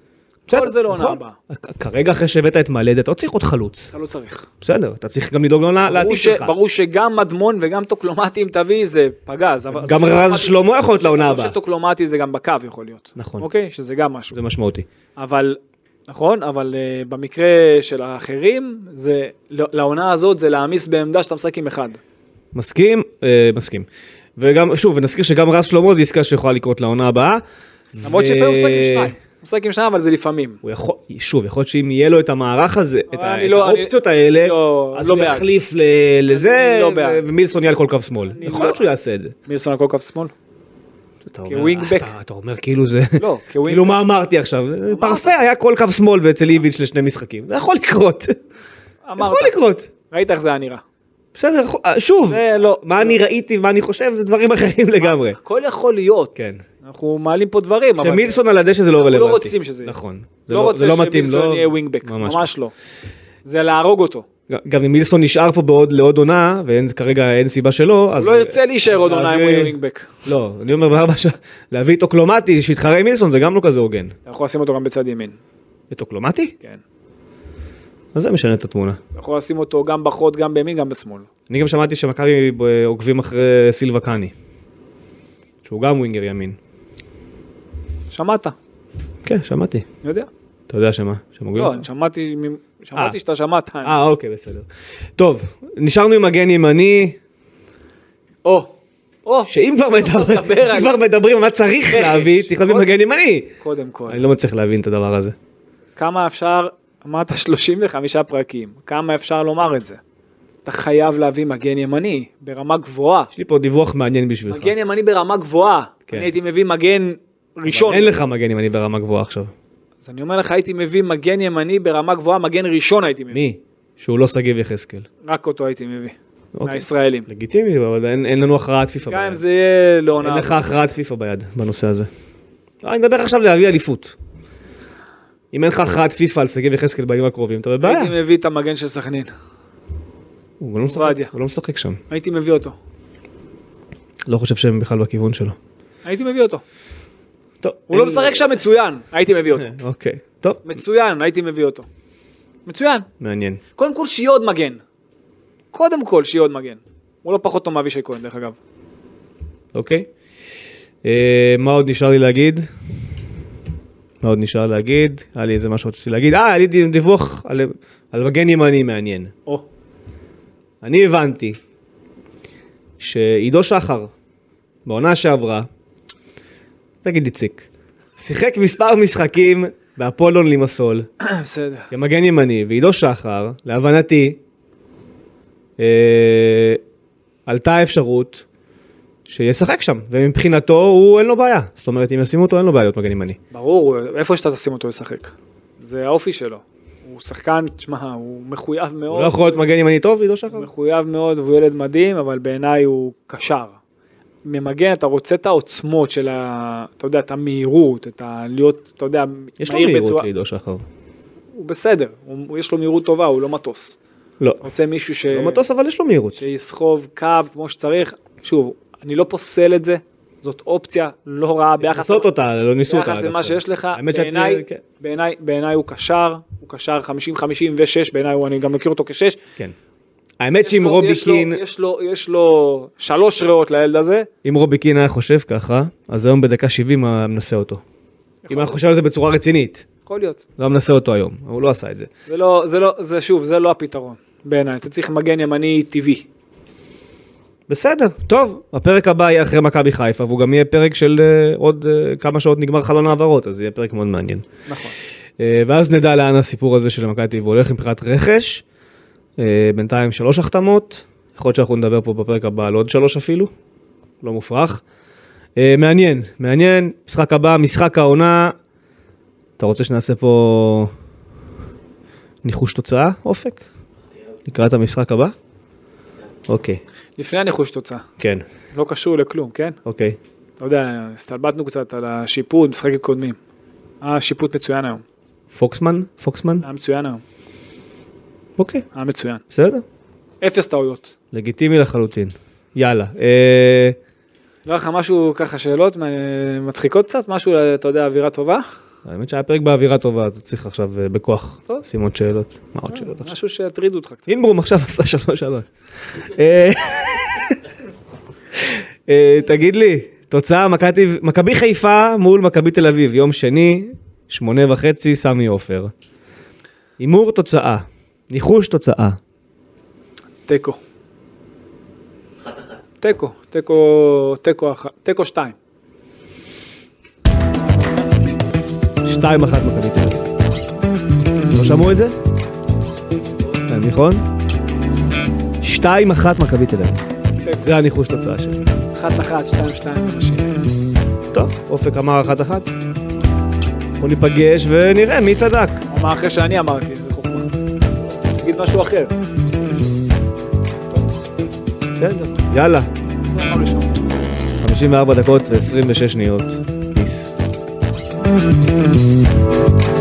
כל זה לעונה הבאה. כרגע אחרי שהבאת את מלדה, אתה לא צריך עוד חלוץ. אתה לא צריך. בסדר, אתה צריך גם לדאוג לעתיד שלך. ברור שגם מדמון וגם טוקלומטי אם תביא זה פגז. גם רז שלמה יכול להיות לעונה הבאה. שטוקלומטי זה גם בקו יכול להיות. נכון. אוקיי? שזה גם משהו. זה משמעותי. אבל, נכון, אבל במקרה של האחרים, זה, לעונה הזאת זה להעמיס בעמדה שאתה משחק עם אחד. מסכים, מסכים. וגם, שוב, ונזכיר שגם רז שלמה זה עסקה שיכולה לקרות לעונה הבאה. למרות שלפעמים הוא משחק עם שניים. הוא משחק עם שניים, אבל זה לפעמים. הוא יכול, שוב, יכול להיות שאם יהיה לו את המערך הזה, את האופציות האלה, אז הוא יחליף לזה, ומילסון יהיה על כל קו שמאל. יכול להיות שהוא יעשה את זה. מילסון על כל קו שמאל? כווינגבק. אתה אומר כאילו זה, לא, כווינגבק. כאילו מה אמרתי עכשיו? פרפה היה כל קו שמאל ואצל איביץ' לשני משחקים. זה יכול לקרות. יכול לקרות. ראית איך זה היה נראה? בסדר, שוב, מה אני ראיתי, מה אני חושב, זה דברים אחרים לגמרי. הכל יכול להיות. כן. אנחנו מעלים פה דברים. שמילסון על הדשא זה לא רלוונטי. אנחנו לא רוצים שזה יהיה. נכון. לא רוצה שמילסון יהיה ווינגבק, ממש לא. זה להרוג אותו. גם אם מילסון נשאר פה בעוד לעוד עונה, וכרגע אין סיבה שלא, אז... הוא לא ירצה להישאר עוד עונה אם הוא יהיה ווינגבק. לא, אני אומר בארבע שעה, להביא את אוקלומטי שיתחרה עם מילסון, זה גם לא כזה הוגן. אתה יכול לשים אותו גם בצד ימין. את אוקלומטי? כן. אז זה משנה את התמונה. אתה יכול לשים אותו גם בחוד, גם בימין, גם בשמאל. אני גם שמעתי שמכבי עוקבים אחרי סילבה קאני, שהוא גם ווינגר ימין. שמעת? כן, שמעתי. אני יודע. אתה יודע שמה? שמוגעים? לא, אני שמעתי, שמעתי שאתה שמעת. אה, אוקיי, בסדר. טוב, נשארנו עם מגן ימני, או, או. שאם כבר מדברים, אם כבר מדברים מה צריך להביא, צריך להביא מגן ימני. קודם כל. אני לא מצליח להבין את הדבר הזה. כמה אפשר, אמרת שלושים וחמישה פרקים, כמה אפשר לומר את זה? אתה חייב להביא מגן ימני ברמה גבוהה. יש לי פה דיווח מעניין בשבילך. מגן ימני ברמה גבוהה. אני הייתי מביא מגן ראשון. אין לך מגן ימני ברמה גבוהה עכשיו. אז אני אומר לך, הייתי מביא מגן ימני ברמה גבוהה, מגן ראשון הייתי מביא. מי? שהוא לא שגיב יחזקאל. רק אותו הייתי מביא. מהישראלים. לגיטימי, אבל אין לנו הכרעת פיפה ביד. גם אם זה יהיה לא עונה. אין לך הכרעת פיפה ביד בנושא הזה. אני מדבר עכשיו להביא אליפות. אם אין לך הכרעת פיפה על שגיב יחזקאל בימים הקרובים, אתה בבעיה. הייתי מביא את המגן של סכנין. הוא לא משחק שם. הייתי מביא אותו. לא חושב שהם בכלל בכיוון שלו. הייתי מביא אותו. הוא לא משחק שם מצוין, הייתי מביא אותו. אוקיי, טוב. מצוין, הייתי מביא אותו. מצוין. מעניין. קודם כל שיהיה עוד מגן. קודם כל שיהיה עוד מגן. הוא לא פחות טוב מאבישי כהן, דרך אגב. אוקיי. מה עוד נשאר לי להגיד? מה עוד נשאר להגיד? היה לי איזה משהו רציתי להגיד. אה, היה לי דיווח על מגן ימני מעניין. או. אני הבנתי שעידו שחר, בעונה שעברה, תגיד איציק, שיחק מספר משחקים באפולון לימסול. בסדר. כמגן ימני, ועידו שחר, להבנתי, אה, עלתה אפשרות שישחק שם, ומבחינתו הוא אין לו בעיה. זאת אומרת, אם ישימו אותו, אין לו בעיה להיות מגן ימני. ברור, איפה שאתה תשים אותו לשחק. זה האופי שלו. הוא שחקן, תשמע, הוא מחויב מאוד. הוא לא יכול להיות מגן ימני טוב, עידו שחר? הוא מחויב מאוד, והוא ילד מדהים, אבל בעיניי הוא קשר. ממגן, אתה רוצה את העוצמות של ה... אתה יודע, את המהירות, את ה... להיות, אתה יודע, יש לו מהירות לעידו שחר. הוא בסדר, הוא, יש לו מהירות טובה, הוא לא מטוס. לא. רוצה מישהו ש... לא מטוס, אבל יש לו מהירות. שיסחוב קו כמו שצריך. שוב, אני לא פוסל את זה, זאת אופציה לא רעה ביחס... ניסות אותה, לא ניסו אותה. ביחס למה שיש לך, בעיניי, בעיניי, בעיניי הוא קשר, הוא קשר חמישים חמישים ושש, בעיניי הוא, אני גם מכיר אותו כשש. כן. האמת שעם רובי קין... יש לו, יש לו שלוש ריאות לילד הזה. אם רובי קין היה חושב ככה, אז היום בדקה שבעים מנסה אותו. אם היה חושב על זה בצורה רצינית. יכול להיות. לא מנסה אותו היום, הוא לא עשה את זה. זה לא, זה לא, זה שוב, זה לא הפתרון. בעיניי, אתה צריך מגן ימני טבעי. בסדר, טוב. הפרק הבא יהיה אחרי מכבי חיפה, והוא גם יהיה פרק של uh, עוד uh, כמה שעות נגמר חלון העברות, אז יהיה פרק מאוד מעניין. נכון. Uh, ואז נדע לאן הסיפור הזה של מכבי תל אביב הולך מבחינת רכש. Uh, בינתיים שלוש החתמות, יכול להיות שאנחנו נדבר פה בפרק הבא על עוד שלוש אפילו, לא מופרך. Uh, מעניין, מעניין, משחק הבא, משחק העונה, אתה רוצה שנעשה פה ניחוש תוצאה, אופק? לקראת המשחק הבא? אוקיי. לפני הניחוש תוצאה. כן. לא קשור לכלום, כן? אוקיי. אתה יודע, הסתלבטנו קצת על השיפוט, משחקים קודמים. היה שיפוט מצוין היום. פוקסמן? פוקסמן? היה מצוין היום. אוקיי. היה מצוין. בסדר. אפס טעויות. לגיטימי לחלוטין. יאללה. אה... לא לך משהו ככה שאלות מצחיקות קצת? משהו, אתה יודע, אווירה טובה? האמת שהיה פרק באווירה טובה, אז צריך עכשיו בכוח שים עוד שאלות. מה עוד שאלות עכשיו? משהו שהטרידו אותך קצת. אינברום עכשיו עשה שלוש שלוש. תגיד לי, תוצאה מכבי חיפה מול מכבי תל אביב, יום שני, שמונה וחצי, סמי עופר. הימור תוצאה, ניחוש תוצאה. תיקו. תיקו, תיקו, תיקו, תיקו שתיים. שתיים אחת מכבי תל אביב. לא שמעו את זה? נכון? שתיים אחת מכבי תל אביב. זה הניחוש תוצאה שלי. אחת אחת, שתיים שתיים. טוב, אופק אמר אחת אחת. בוא ניפגש ונראה מי צדק. אמר אחרי שאני אמרתי, זה חוכמה. תגיד משהו אחר. בסדר, יאללה. חמישים וארבע דקות ו-עשרים ושש שניות. פיס. Thank you.